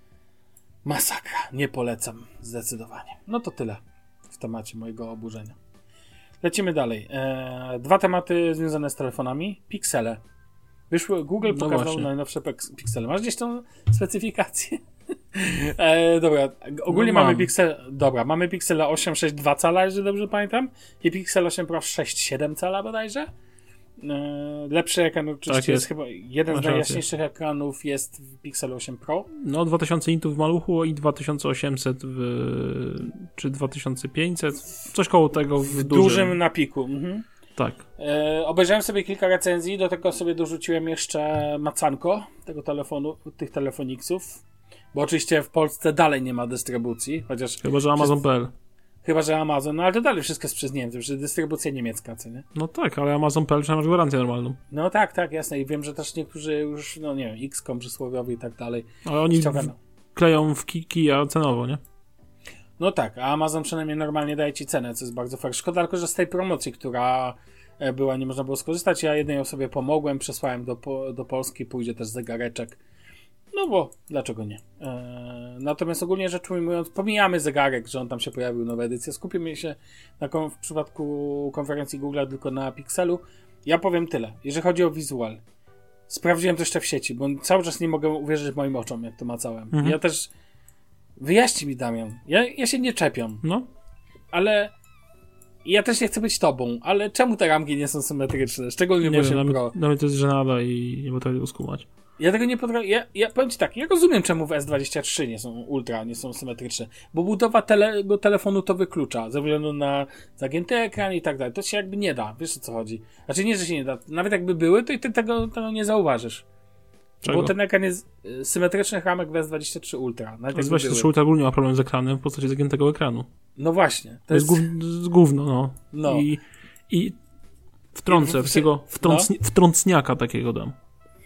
Masakra, nie polecam zdecydowanie. No to tyle w temacie mojego oburzenia. Lecimy dalej. Eee, dwa tematy związane z telefonami. Piksele. Wyszły, Google No pokazał właśnie. najnowsze pek- piksele. Masz gdzieś tą specyfikację? e, dobra, ogólnie No mamy mam. Pixel, dobra, mamy Pixela osiem przecinek sześć dwa cala, jeżeli dobrze pamiętam, i Pixel osiem Pro sześć przecinek siedem cala bodajże. E, lepszy ekran oczywiście Tak jest. jest. chyba jeden Masz z najjaśniejszych ekranów jest w Pixel osiem Pro. No dwa tysiące nitów w maluchu i dwa tysiące osiemset w... czy dwa tysiące pięćset? Coś koło tego w, W dużym. dużym napiku. Mhm. Tak. E, obejrzałem sobie kilka recenzji, do tego sobie dorzuciłem jeszcze macanko tego telefonu, tych telefoniksów, bo oczywiście w Polsce dalej nie ma dystrybucji, chociaż Chyba, że Amazon kropka pe el. chyba, że Amazon, no ale to dalej wszystko jest przez Niemców, że dystrybucja niemiecka, co nie? No tak, ale Amazon kropka pe el przynajmniej masz gwarancję normalną. No tak, tak, jasne i wiem, że też niektórzy już, no nie wiem, X kom przysłowiowy i tak dalej. Ale oni ściągano. w... kleją w kija cenowo, nie? No tak, a Amazon przynajmniej normalnie daje ci cenę, co jest bardzo fajne. Szkoda tylko, że z tej promocji, która była, nie można było skorzystać. Ja jednej osobie pomogłem, przesłałem do, do Polski, pójdzie też zegareczek. No bo dlaczego nie? Eee, natomiast ogólnie rzecz ujmując, pomijamy zegarek, że on tam się pojawił, nowa edycja. Skupimy się na kom- w przypadku konferencji Google tylko na Pixelu. Ja powiem tyle. Jeżeli chodzi o wizual, sprawdziłem to jeszcze w sieci, bo cały czas nie mogę uwierzyć moim oczom, jak to macałem. Mhm. Ja też... Wyjaśnij mi, Damian. Ja, ja się nie czepiam, No. ale ja też nie chcę być tobą, ale czemu te ramki nie są symetryczne? Szczególnie w osiem Pro. Dla mnie to jest żenada i nie potrafię tego skumać. Ja tego nie potrafię. Ja, ja powiem ci tak, ja rozumiem, czemu w S dwadzieścia trzy nie są ultra, nie są symetryczne. Bo budowa tele, bo telefonu to wyklucza, ze względu na zagięty ekran i tak dalej. To się jakby nie da, wiesz o co chodzi. Znaczy nie, że się nie da. Nawet jakby były, to i ty tego, tego nie zauważysz. Czego? Bo ten ekran jest y, symetrycznych ramek w S dwadzieścia trzy Ultra. S dwadzieścia trzy Ultra ogólnie ma problem z ekranem w postaci zagiętego ekranu. No właśnie. To, to jest, jest gów, gówno, no. no. I, i wtrącę, I w, takiego wtrąc, no? wtrącniaka takiego dam.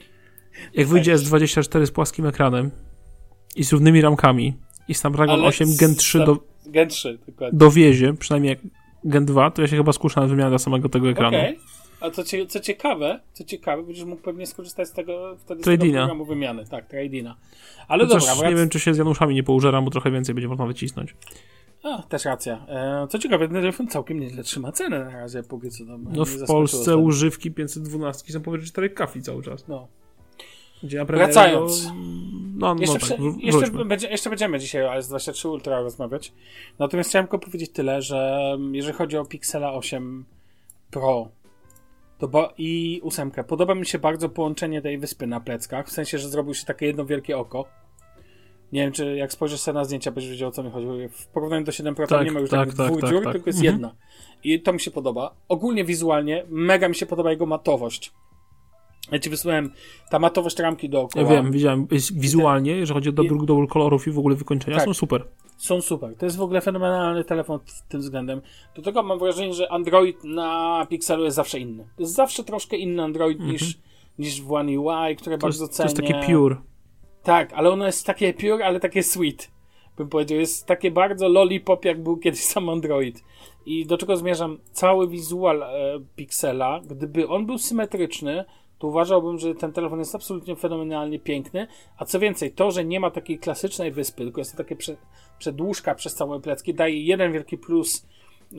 Jak wyjdzie S dwadzieścia cztery z płaskim ekranem i z równymi ramkami i Snapdragon osiem Gen trzy do, Gen trzy, dokładnie. dowiezie, przynajmniej jak Gen dwa, to ja się chyba skuszę na wymianę samego tego ekranu. Okej. Okay. A co, cie, co ciekawe, co ciekawe, będziesz mógł pewnie skorzystać z tego wtedy z tego programu wymiany. Tak, Tradina. Ale no dobra. Wrac... Nie wiem, czy się z Januszami nie poużeram, bo trochę więcej będzie można wycisnąć. A, też racja. E, co ciekawe, ten telefon całkiem nieźle trzyma cenę na razie, póki co tam. No w Polsce ten... używki pięćset dwanaście są powyżej cztery kafi cały czas. No. Gdzie Wracając. No, no, jeszcze, no tak, przy, jeszcze, będzie, jeszcze będziemy dzisiaj o S dwadzieścia trzy Ultra rozmawiać. Natomiast chciałem tylko powiedzieć tyle, że jeżeli chodzi o Pixela osiem Pro to bo, i ósemkę, podoba mi się bardzo połączenie tej wyspy na pleckach, w sensie, że zrobił się takie jedno wielkie oko. Nie wiem, czy jak spojrzysz sobie na zdjęcia, będziesz wiedział, o co mi chodzi. W porównaniu do siedem Pro tak, nie ma już tak, takich tak, dwóch tak, dziur, tak. tylko jest mhm. jedna. I to mi się podoba. Ogólnie wizualnie mega mi się podoba jego matowość. Ja ci wysłałem ta matowość ramki dookoła. Ja wiem, widziałem. Jest wizualnie, jeżeli chodzi o dobór, dobór kolorów i w ogóle wykończenia, tak, są super. Są super. To jest w ogóle fenomenalny telefon w tym względem. Do tego mam wrażenie, że Android na Pixelu jest zawsze inny. To jest zawsze troszkę inny Android mm-hmm. niż, niż w One U I, które to bardzo jest, cenię. To jest takie pure. Tak, ale ono jest takie pure, ale takie sweet. Bym powiedział. Jest takie bardzo lollipop, jak był kiedyś sam Android. I do czego zmierzam? Cały wizual e, Pixela, gdyby on był symetryczny, to uważałbym, że ten telefon jest absolutnie fenomenalnie piękny, a co więcej, to, że nie ma takiej klasycznej wyspy, tylko jest to takie prze, przedłużka przez całe plecki, daje jeden wielki plus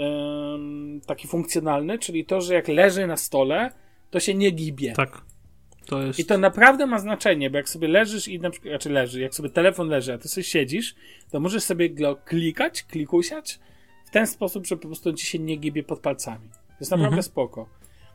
ym, taki funkcjonalny, czyli to, że jak leży na stole, to się nie gibie. Tak. To jest... I to naprawdę ma znaczenie, bo jak sobie leżysz i na przykład, znaczy leży, jak sobie telefon leży, a ty sobie siedzisz, to możesz sobie go klikać, klikusiać w ten sposób, że po prostu ci się nie gibie pod palcami. To jest naprawdę mhm. spoko.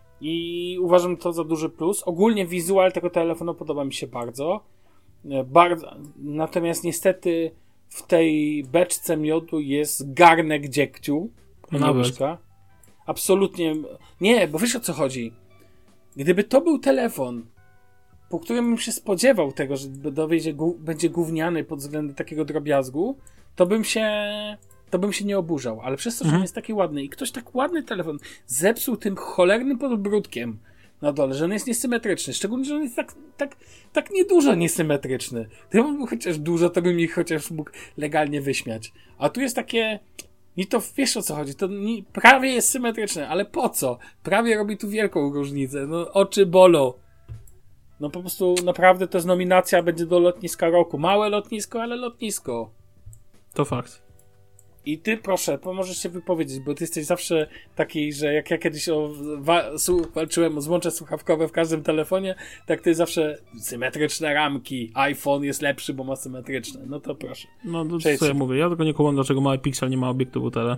I uważam to za duży plus. Ogólnie wizual tego telefonu podoba mi się bardzo. bardzo. Natomiast niestety w tej beczce miodu jest garnek dziegciu. Łyżka. Absolutnie. Nie, bo wiesz o co chodzi. Gdyby to był telefon, po którym bym się spodziewał tego, że dowiedzie, będzie gówniany pod względem takiego drobiazgu, to bym się... to bym się nie oburzał, ale przez to, że mhm. on jest taki ładny i ktoś tak ładny telefon zepsuł tym cholernym podbródkiem na dole, że on jest niesymetryczny, szczególnie, że on jest tak, tak, tak niedużo niesymetryczny. Gdyby on był chociaż dużo, to bym ich chociaż mógł legalnie wyśmiać. A tu jest takie, nie to wiesz o co chodzi, to nie, prawie jest symetryczne, ale po co? Prawie robi tu wielką różnicę, no oczy bolą. No po prostu naprawdę to jest nominacja, będzie do lotniska roku. Małe lotnisko, ale lotnisko. To fakt. I ty, proszę, możesz się wypowiedzieć, bo ty jesteś zawsze taki, że jak ja kiedyś o wa- su- walczyłem o złącze słuchawkowe w każdym telefonie, tak ty zawsze symetryczne ramki, iPhone jest lepszy, bo ma symetryczne. No to proszę. No to co ja mówię, ja tylko nie kumam, dlaczego mały Pixel nie ma obiektywu tele.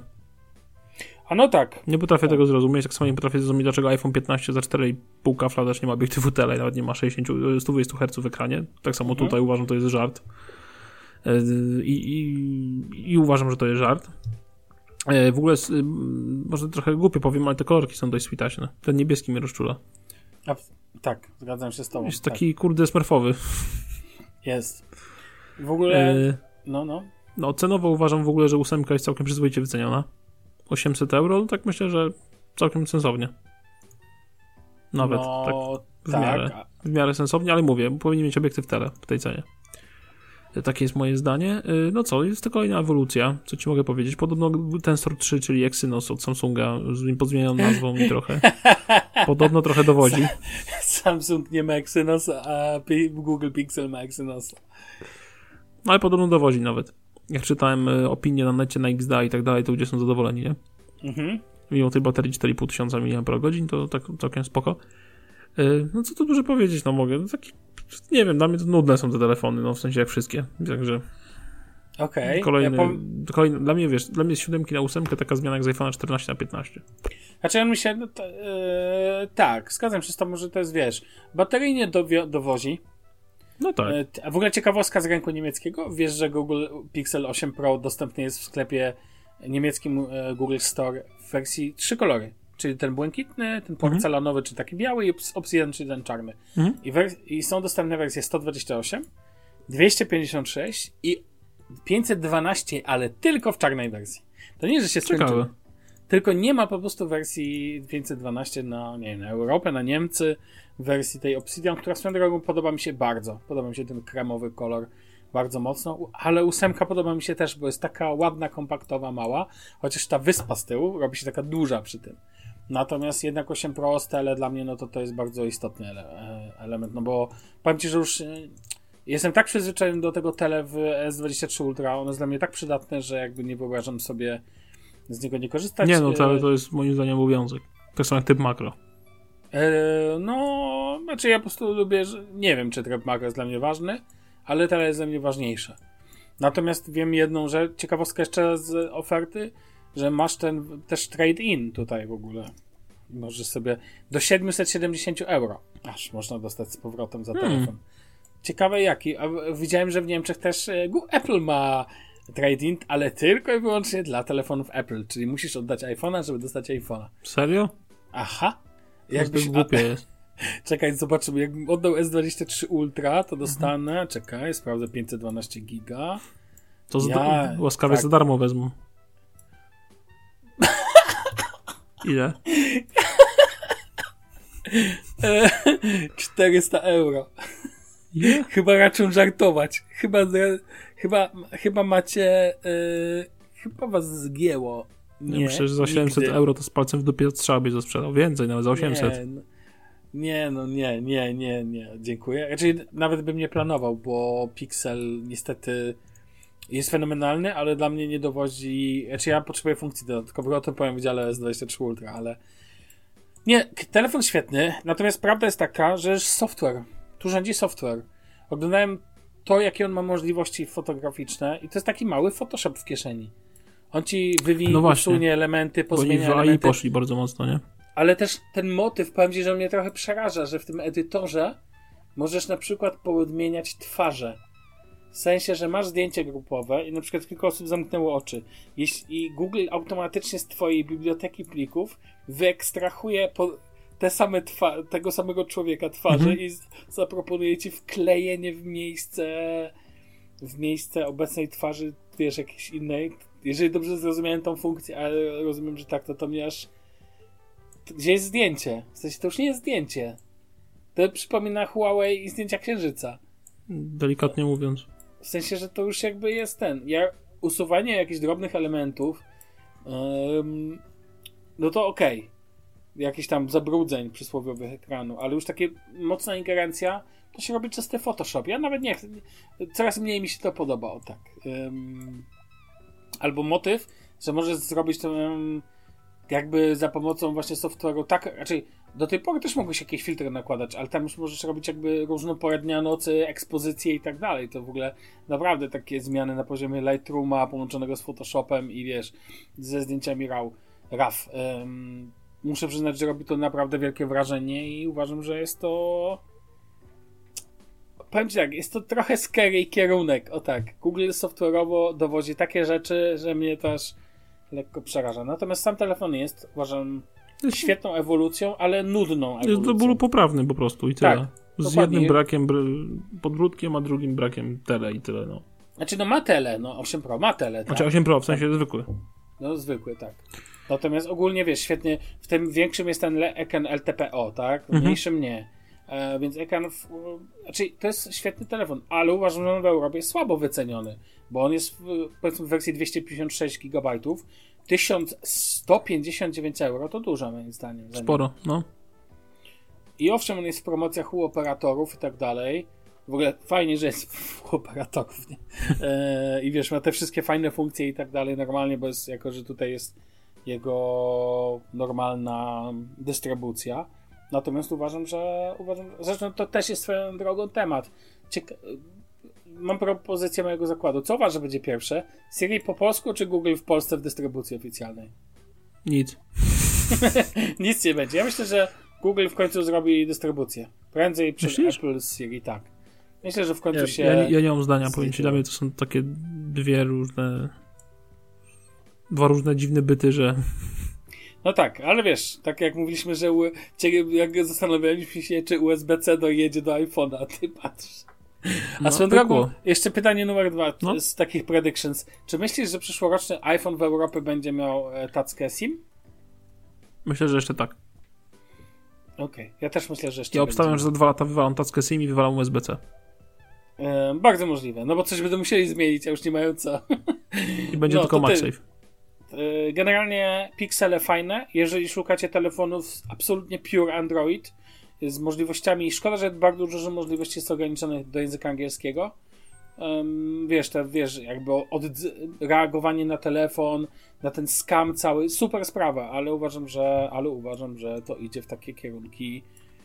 A no tak. Nie potrafię tak. tego zrozumieć, tak samo nie potrafię zrozumieć, dlaczego iPhone piętnaście za cztery i pół kafla też nie ma obiektywu tele, nawet nie ma sześćdziesiąt sto dwadzieścia herców w ekranie. Tak samo mhm. tutaj uważam, to jest żart. I, i, i uważam, że to jest żart. W ogóle może trochę głupio powiem, ale te kolorki są dość switaśne. Ten niebieski mnie rozczula. A, tak, zgadzam się z tobą. Jest tak. taki kurde smurfowy. Jest. W ogóle no, no. No cenowo uważam w ogóle, że ósemka jest całkiem przyzwoicie wyceniona. osiemset euro, no tak myślę, że całkiem sensownie. Nawet no, tak w, tak. Miarę, w miarę sensownie, ale mówię, powinien mieć obiektyw tele w tej cenie. Takie jest moje zdanie. No co, jest to kolejna ewolucja, co ci mogę powiedzieć. Podobno Tensor trzy, czyli Exynos od Samsunga, z podmienioną nazwą i trochę. Podobno trochę dowodzi. Samsung nie ma Exynosa, a Google Pixel ma Exynosa. Ale podobno dowodzi nawet. Jak czytałem opinie na necie, na X D A i tak dalej, to ludzie są zadowoleni, nie? Mhm. Mimo tej baterii cztery i pół tysiąca miliampergodzin, to tak całkiem spoko. No co tu dużo powiedzieć, no mogę. No taki, nie wiem, dla mnie to nudne są te telefony, no w sensie jak wszystkie. Także... Okej. Okay. Kolejny, ja po... kolejny, dla mnie, wiesz, dla mnie z siódemki na ósemkę taka zmiana jak z iPhone'a czternaście na piętnaście. Znaczy ja myślę, no to, yy, tak, zgadzam się z tobą, że to jest, wiesz, bateryjnie dowi- dowozi. No tak. Yy, a w ogóle ciekawostka z rynku niemieckiego, wiesz, że Google Pixel osiem Pro dostępny jest w sklepie niemieckim yy, Google Store w wersji trzy kolory. Czyli ten błękitny, ten porcelanowy, mm-hmm. czy taki biały i obsydian, czyli ten czarny. Mm-hmm. I, wers- I są dostępne wersje sto dwadzieścia osiem, dwieście pięćdziesiąt sześć i pięćset dwanaście, ale tylko w czarnej wersji. To nie, że się skończyło. Tylko nie ma po prostu wersji pięćset dwanaście na, nie wiem, na Europę, na Niemcy, wersji tej Obsidian, która swoją drogą podoba mi się bardzo. Podoba mi się ten kremowy kolor bardzo mocno, ale ósemka podoba mi się też, bo jest taka ładna, kompaktowa, mała, chociaż ta wyspa z tyłu robi się taka duża przy tym. Natomiast jednak osiem Pro z tele dla mnie, no to to jest bardzo istotny ele- element, no bo powiem ci, że już jestem tak przyzwyczajony do tego tele w S dwadzieścia trzy Ultra, ono jest dla mnie tak przydatne, że jakby nie wyobrażam sobie z niego nie korzystać. Nie no, to, to jest moim zdaniem obowiązek. Tak samo jak typ makro. E, no, znaczy ja po prostu lubię, że nie wiem, czy tryb makro jest dla mnie ważny, ale tele jest dla mnie ważniejsze. Natomiast wiem jedną rzecz, ciekawostka jeszcze z oferty, że masz ten też trade-in tutaj w ogóle. Możesz sobie do siedemset siedemdziesiąt euro aż można dostać z powrotem za telefon. Hmm. Ciekawe jaki. A widziałem, że w Niemczech też Apple ma trade-in, ale tylko i wyłącznie dla telefonów Apple, czyli musisz oddać iPhone'a, żeby dostać iPhone'a. Serio? Aha. Jakbyś, to głupie jest. Czekaj, zobaczymy. Jakbym oddał S dwadzieścia trzy Ultra, to dostanę, mhm. czekaj, sprawdzę pięćset dwanaście giga. To ja, da- łaskawie tak. za darmo wezmą. Ile? czterysta euro. Yeah? Chyba raczą żartować. Chyba, chyba, chyba macie yy, chyba was zgięło. Nie, ja myślę, że za siedemset nigdy. euro to z palcem w dupie trzeba by to sprzedał. Więcej, nawet za osiemset. Nie, no, nie, no nie, nie, nie, nie. Dziękuję. Raczej nawet bym nie planował, bo Pixel niestety jest fenomenalny, ale dla mnie nie dowozi... Znaczy ja potrzebuję funkcji dodatkowych, o tym powiem w dziale S dwadzieścia trzy Ultra, ale... Nie, telefon świetny, natomiast prawda jest taka, że jest software. Tu rządzi software. Oglądałem to, jakie on ma możliwości fotograficzne i to jest taki mały Photoshop w kieszeni. On ci wywinie, no usunie elementy, pozmienia elementy. Bo oni w A I poszli bardzo mocno, nie? Ale też ten motyw, powiem ci, że mnie trochę przeraża, że w tym edytorze możesz na przykład poodmieniać twarze. W sensie, że masz zdjęcie grupowe i na przykład kilka osób zamknęło oczy. Jeśli Google automatycznie z twojej biblioteki plików wyekstrahuje po te same twa- tego samego człowieka twarzy mhm. i z- zaproponuje ci wklejenie w miejsce w miejsce obecnej twarzy, wiesz, jakiejś innej. Jeżeli dobrze zrozumiałem tą funkcję, ale rozumiem, że tak, to to mnie aż... Gdzie jest zdjęcie? W sensie, to już nie jest zdjęcie. To przypomina Huawei i zdjęcia Księżyca. Delikatnie mówiąc. W sensie, że to już jakby jest ten... Ja, usuwanie jakichś drobnych elementów um, no to okej. Okay. Jakichś tam zabrudzeń przysłowiowych ekranu, ale już takie mocna ingerencja to się robi czysty Photoshop. Ja nawet nie chcę... Coraz mniej mi się to podoba, o tak. Um, albo motyw, że możesz zrobić to um, jakby za pomocą właśnie software'u, tak, raczej do tej pory też mogłeś jakieś filtry nakładać, ale tam już możesz robić jakby różną porę dnia, nocy, ekspozycje i tak dalej. To w ogóle naprawdę takie zmiany na poziomie Lightrooma połączonego z Photoshopem i wiesz, ze zdjęciami RAW. RAW. Um, muszę przyznać, że robi to naprawdę wielkie wrażenie i uważam, że jest to... Powiem ci tak, jest to trochę scary kierunek, o tak. Google software'owo dowozi takie rzeczy, że mnie też lekko przeraża. Natomiast sam telefon jest, uważam, świetną ewolucją, ale nudną ewolucją. Jest do bólu poprawny po prostu i tyle. Tak, z dokładnie. jednym brakiem br- podbródkiem, a drugim brakiem tele i tyle, no. Znaczy, no ma tele, no osiem Pro ma tele, tak? Znaczy osiem Pro, w sensie tak. Zwykły. No zwykły, tak. Natomiast ogólnie, wiesz, świetnie, w tym większym jest ten ekran L T P O, tak? W mniejszym nie. E, więc ekran, w, znaczy to jest świetny telefon, ale uważam, że on w Europie jest słabo wyceniony, bo on jest w, powiedzmy w wersji dwieście pięćdziesiąt sześć gigabajtów, tysiąc sto pięćdziesiąt dziewięć euro to dużo moim zdaniem. Sporo, no. I owszem, on jest w promocjach u operatorów i tak dalej. W ogóle fajnie, że jest u operatorów, nie? E, I wiesz, ma te wszystkie fajne funkcje i tak dalej normalnie, bo jest, jako że tutaj jest jego normalna dystrybucja. Natomiast uważam, że uważam, zresztą to też jest swoją drogą temat. Cieka- mam propozycję mojego zakładu. Co uważasz, że będzie pierwsze? Siri po polsku, czy Google w Polsce w dystrybucji oficjalnej? Nic. Nic nie będzie. Ja myślę, że Google w końcu zrobi dystrybucję. Prędzej przez Myślisz? Apple z Siri, tak. Myślę, że w końcu ja, się... Ja, ja nie mam zdania, powiem ci, dla mnie to są takie dwie różne... Dwa różne dziwne byty, że... No tak, ale wiesz, tak jak mówiliśmy, że u... jak zastanawialiśmy się, czy U S B C dojedzie do iPhone'a, a ty patrz. A no, swoją drogą, jeszcze pytanie numer dwa no. z takich predictions. Czy myślisz, że przyszłoroczny iPhone w Europie będzie miał e, tackę SIM? Myślę, że jeszcze tak. Okej, okay. Ja też myślę, że jeszcze Ja obstawiam, że za dwa lata wywalam tackę SIM i wywalam U S B C. E, bardzo możliwe, no bo coś będą musieli zmienić, a już nie mają co. I będzie no, tylko MagSafe. E, generalnie piksele fajne, jeżeli szukacie telefonów absolutnie pure Android, z możliwościami, szkoda, że bardzo dużo możliwości jest ograniczonych do języka angielskiego. Um, wiesz, te, wiesz, jakby reagowanie na telefon, na ten scam cały, super sprawa, ale uważam, że ale uważam, że to idzie w takie kierunki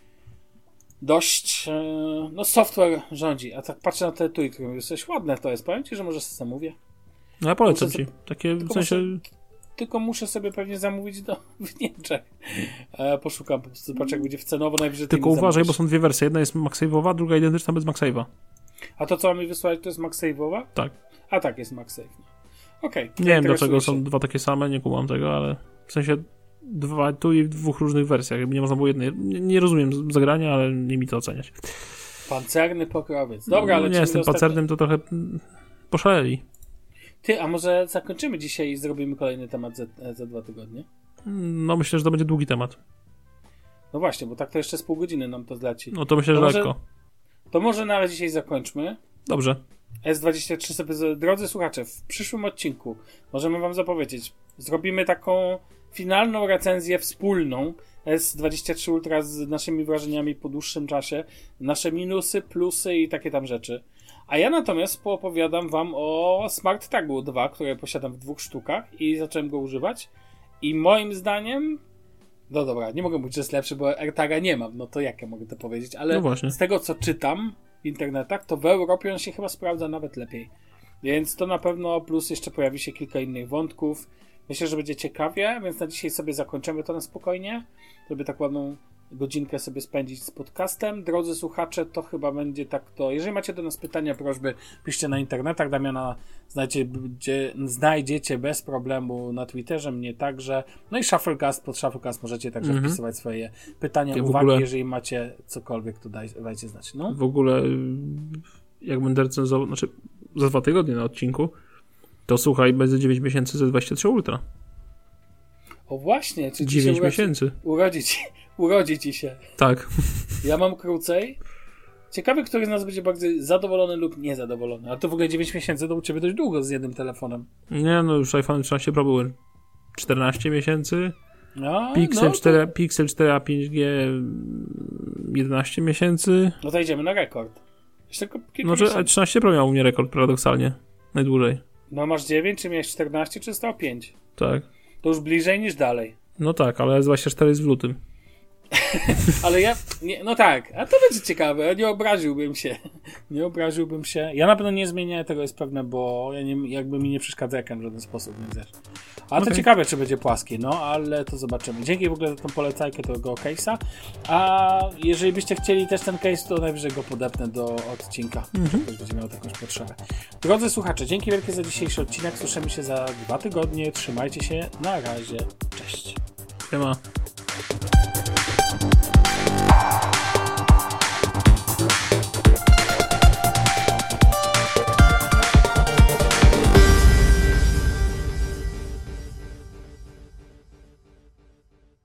dość, no software rządzi, a tak patrzę na te tuj, które jesteś ładne to jest, powiem ci, że może sobie zamówię. No ja polecam muszę ci, sobie, takie w sensie... Muszę, tylko muszę sobie pewnie zamówić do, w Niemczech. E, poszukam, po prostu patrzę, jak będzie w cenowo najwyżej. Tylko uważaj, bo są dwie wersje, jedna jest MagSafe'owa, druga identyczna bez MagSafe'a. A to, co mam mi wysłać, to jest MagSafe'owa? Tak. A tak, jest MagSafe. No. Okej. Okay. Nie wiem, dlaczego są dwa takie same, nie kumam tego, ale w sensie dwa, tu i w dwóch różnych wersjach, jakby nie można było jednej. Nie, nie rozumiem zagrania, ale nie mi to oceniać. Pancerny pokrowiec. Dobra, no, ale... nie, z tym pancernym to trochę poszaleli. Ty, a może zakończymy dzisiaj i zrobimy kolejny temat za, za dwa tygodnie? No myślę, że to będzie długi temat. No właśnie, bo tak to jeszcze z pół godziny nam to zleci. No to myślę, to że może, lekko. To może na razie dzisiaj zakończmy. Dobrze. S dwadzieścia trzy sobie... Drodzy słuchacze, w przyszłym odcinku możemy wam zapowiedzieć, zrobimy taką finalną recenzję wspólną S dwadzieścia trzy Ultra z naszymi wrażeniami po dłuższym czasie, nasze minusy, plusy i takie tam rzeczy. A ja natomiast poopowiadam wam o Smart Tagu dwa, które posiadam w dwóch sztukach i zacząłem go używać. I moim zdaniem... No dobra, nie mogę mówić, że jest lepszy, bo AirTaga nie mam. No to jak ja mogę to powiedzieć? Ale no z tego, co czytam w internetach, to w Europie on się chyba sprawdza nawet lepiej. Więc to na pewno, plus jeszcze pojawi się kilka innych wątków. Myślę, że będzie ciekawie, więc na dzisiaj sobie zakończymy to na spokojnie, żeby tak ładną godzinkę sobie spędzić z podcastem. Drodzy słuchacze, to chyba będzie tak to. Jeżeli macie do nas pytania, prośby, piszcie na internetach. Damiana znajdziecie, znajdziecie bez problemu na Twitterze, mnie także. No i Shufflecast, pod Shufflecast możecie także mm-hmm. wpisywać swoje pytania, ja uwagi. Ogóle, jeżeli macie cokolwiek, to daj, dajcie znać. No? W ogóle, jak będę recenzował, znaczy za dwa tygodnie na odcinku, to słuchaj, będzie dziewięć miesięcy ze dwadzieścia trzy Ultra. O właśnie, czy dziewięć urodzi, miesięcy. Urodzi ci, urodzi ci się. Tak. Ja mam krócej. Ciekawy, który z nas będzie bardziej zadowolony lub niezadowolony. Ale to w ogóle dziewięć miesięcy to u ciebie dość długo z jednym telefonem. Nie, no już iPhone trzynaście Pro były czternaście miesięcy. No, Pixel, no, cztery, to... Pixel cztery a pięć G jedenaście miesięcy. No to idziemy na rekord. Jeszcze tylko kilka No, że trzynaście Pro miał u mnie rekord paradoksalnie. Najdłużej. No masz dziewięć, czy miałeś czternaście, czy sto pięć? Tak. To już bliżej niż dalej. No tak, ale S dwadzieścia cztery jest w lutym. Ale ja, nie, no tak, a to będzie ciekawe, nie obraziłbym się, nie obraziłbym się, ja na pewno nie zmienię tego, jest pewne, bo ja nie, jakby mi nie przeszkadza ekran w żaden sposób, więc wiesz. Ale okay. To ciekawe, czy będzie płaski, no, ale to zobaczymy. Dzięki w ogóle za tą polecajkę tego case'a, a jeżeli byście chcieli też ten case, to najwyżej go podepnę do odcinka, mm-hmm. ktoś będzie miał jakąś potrzebę. Drodzy słuchacze, dzięki wielkie za dzisiejszy odcinek, słyszymy się za dwa tygodnie, trzymajcie się, na razie, cześć. Siema. You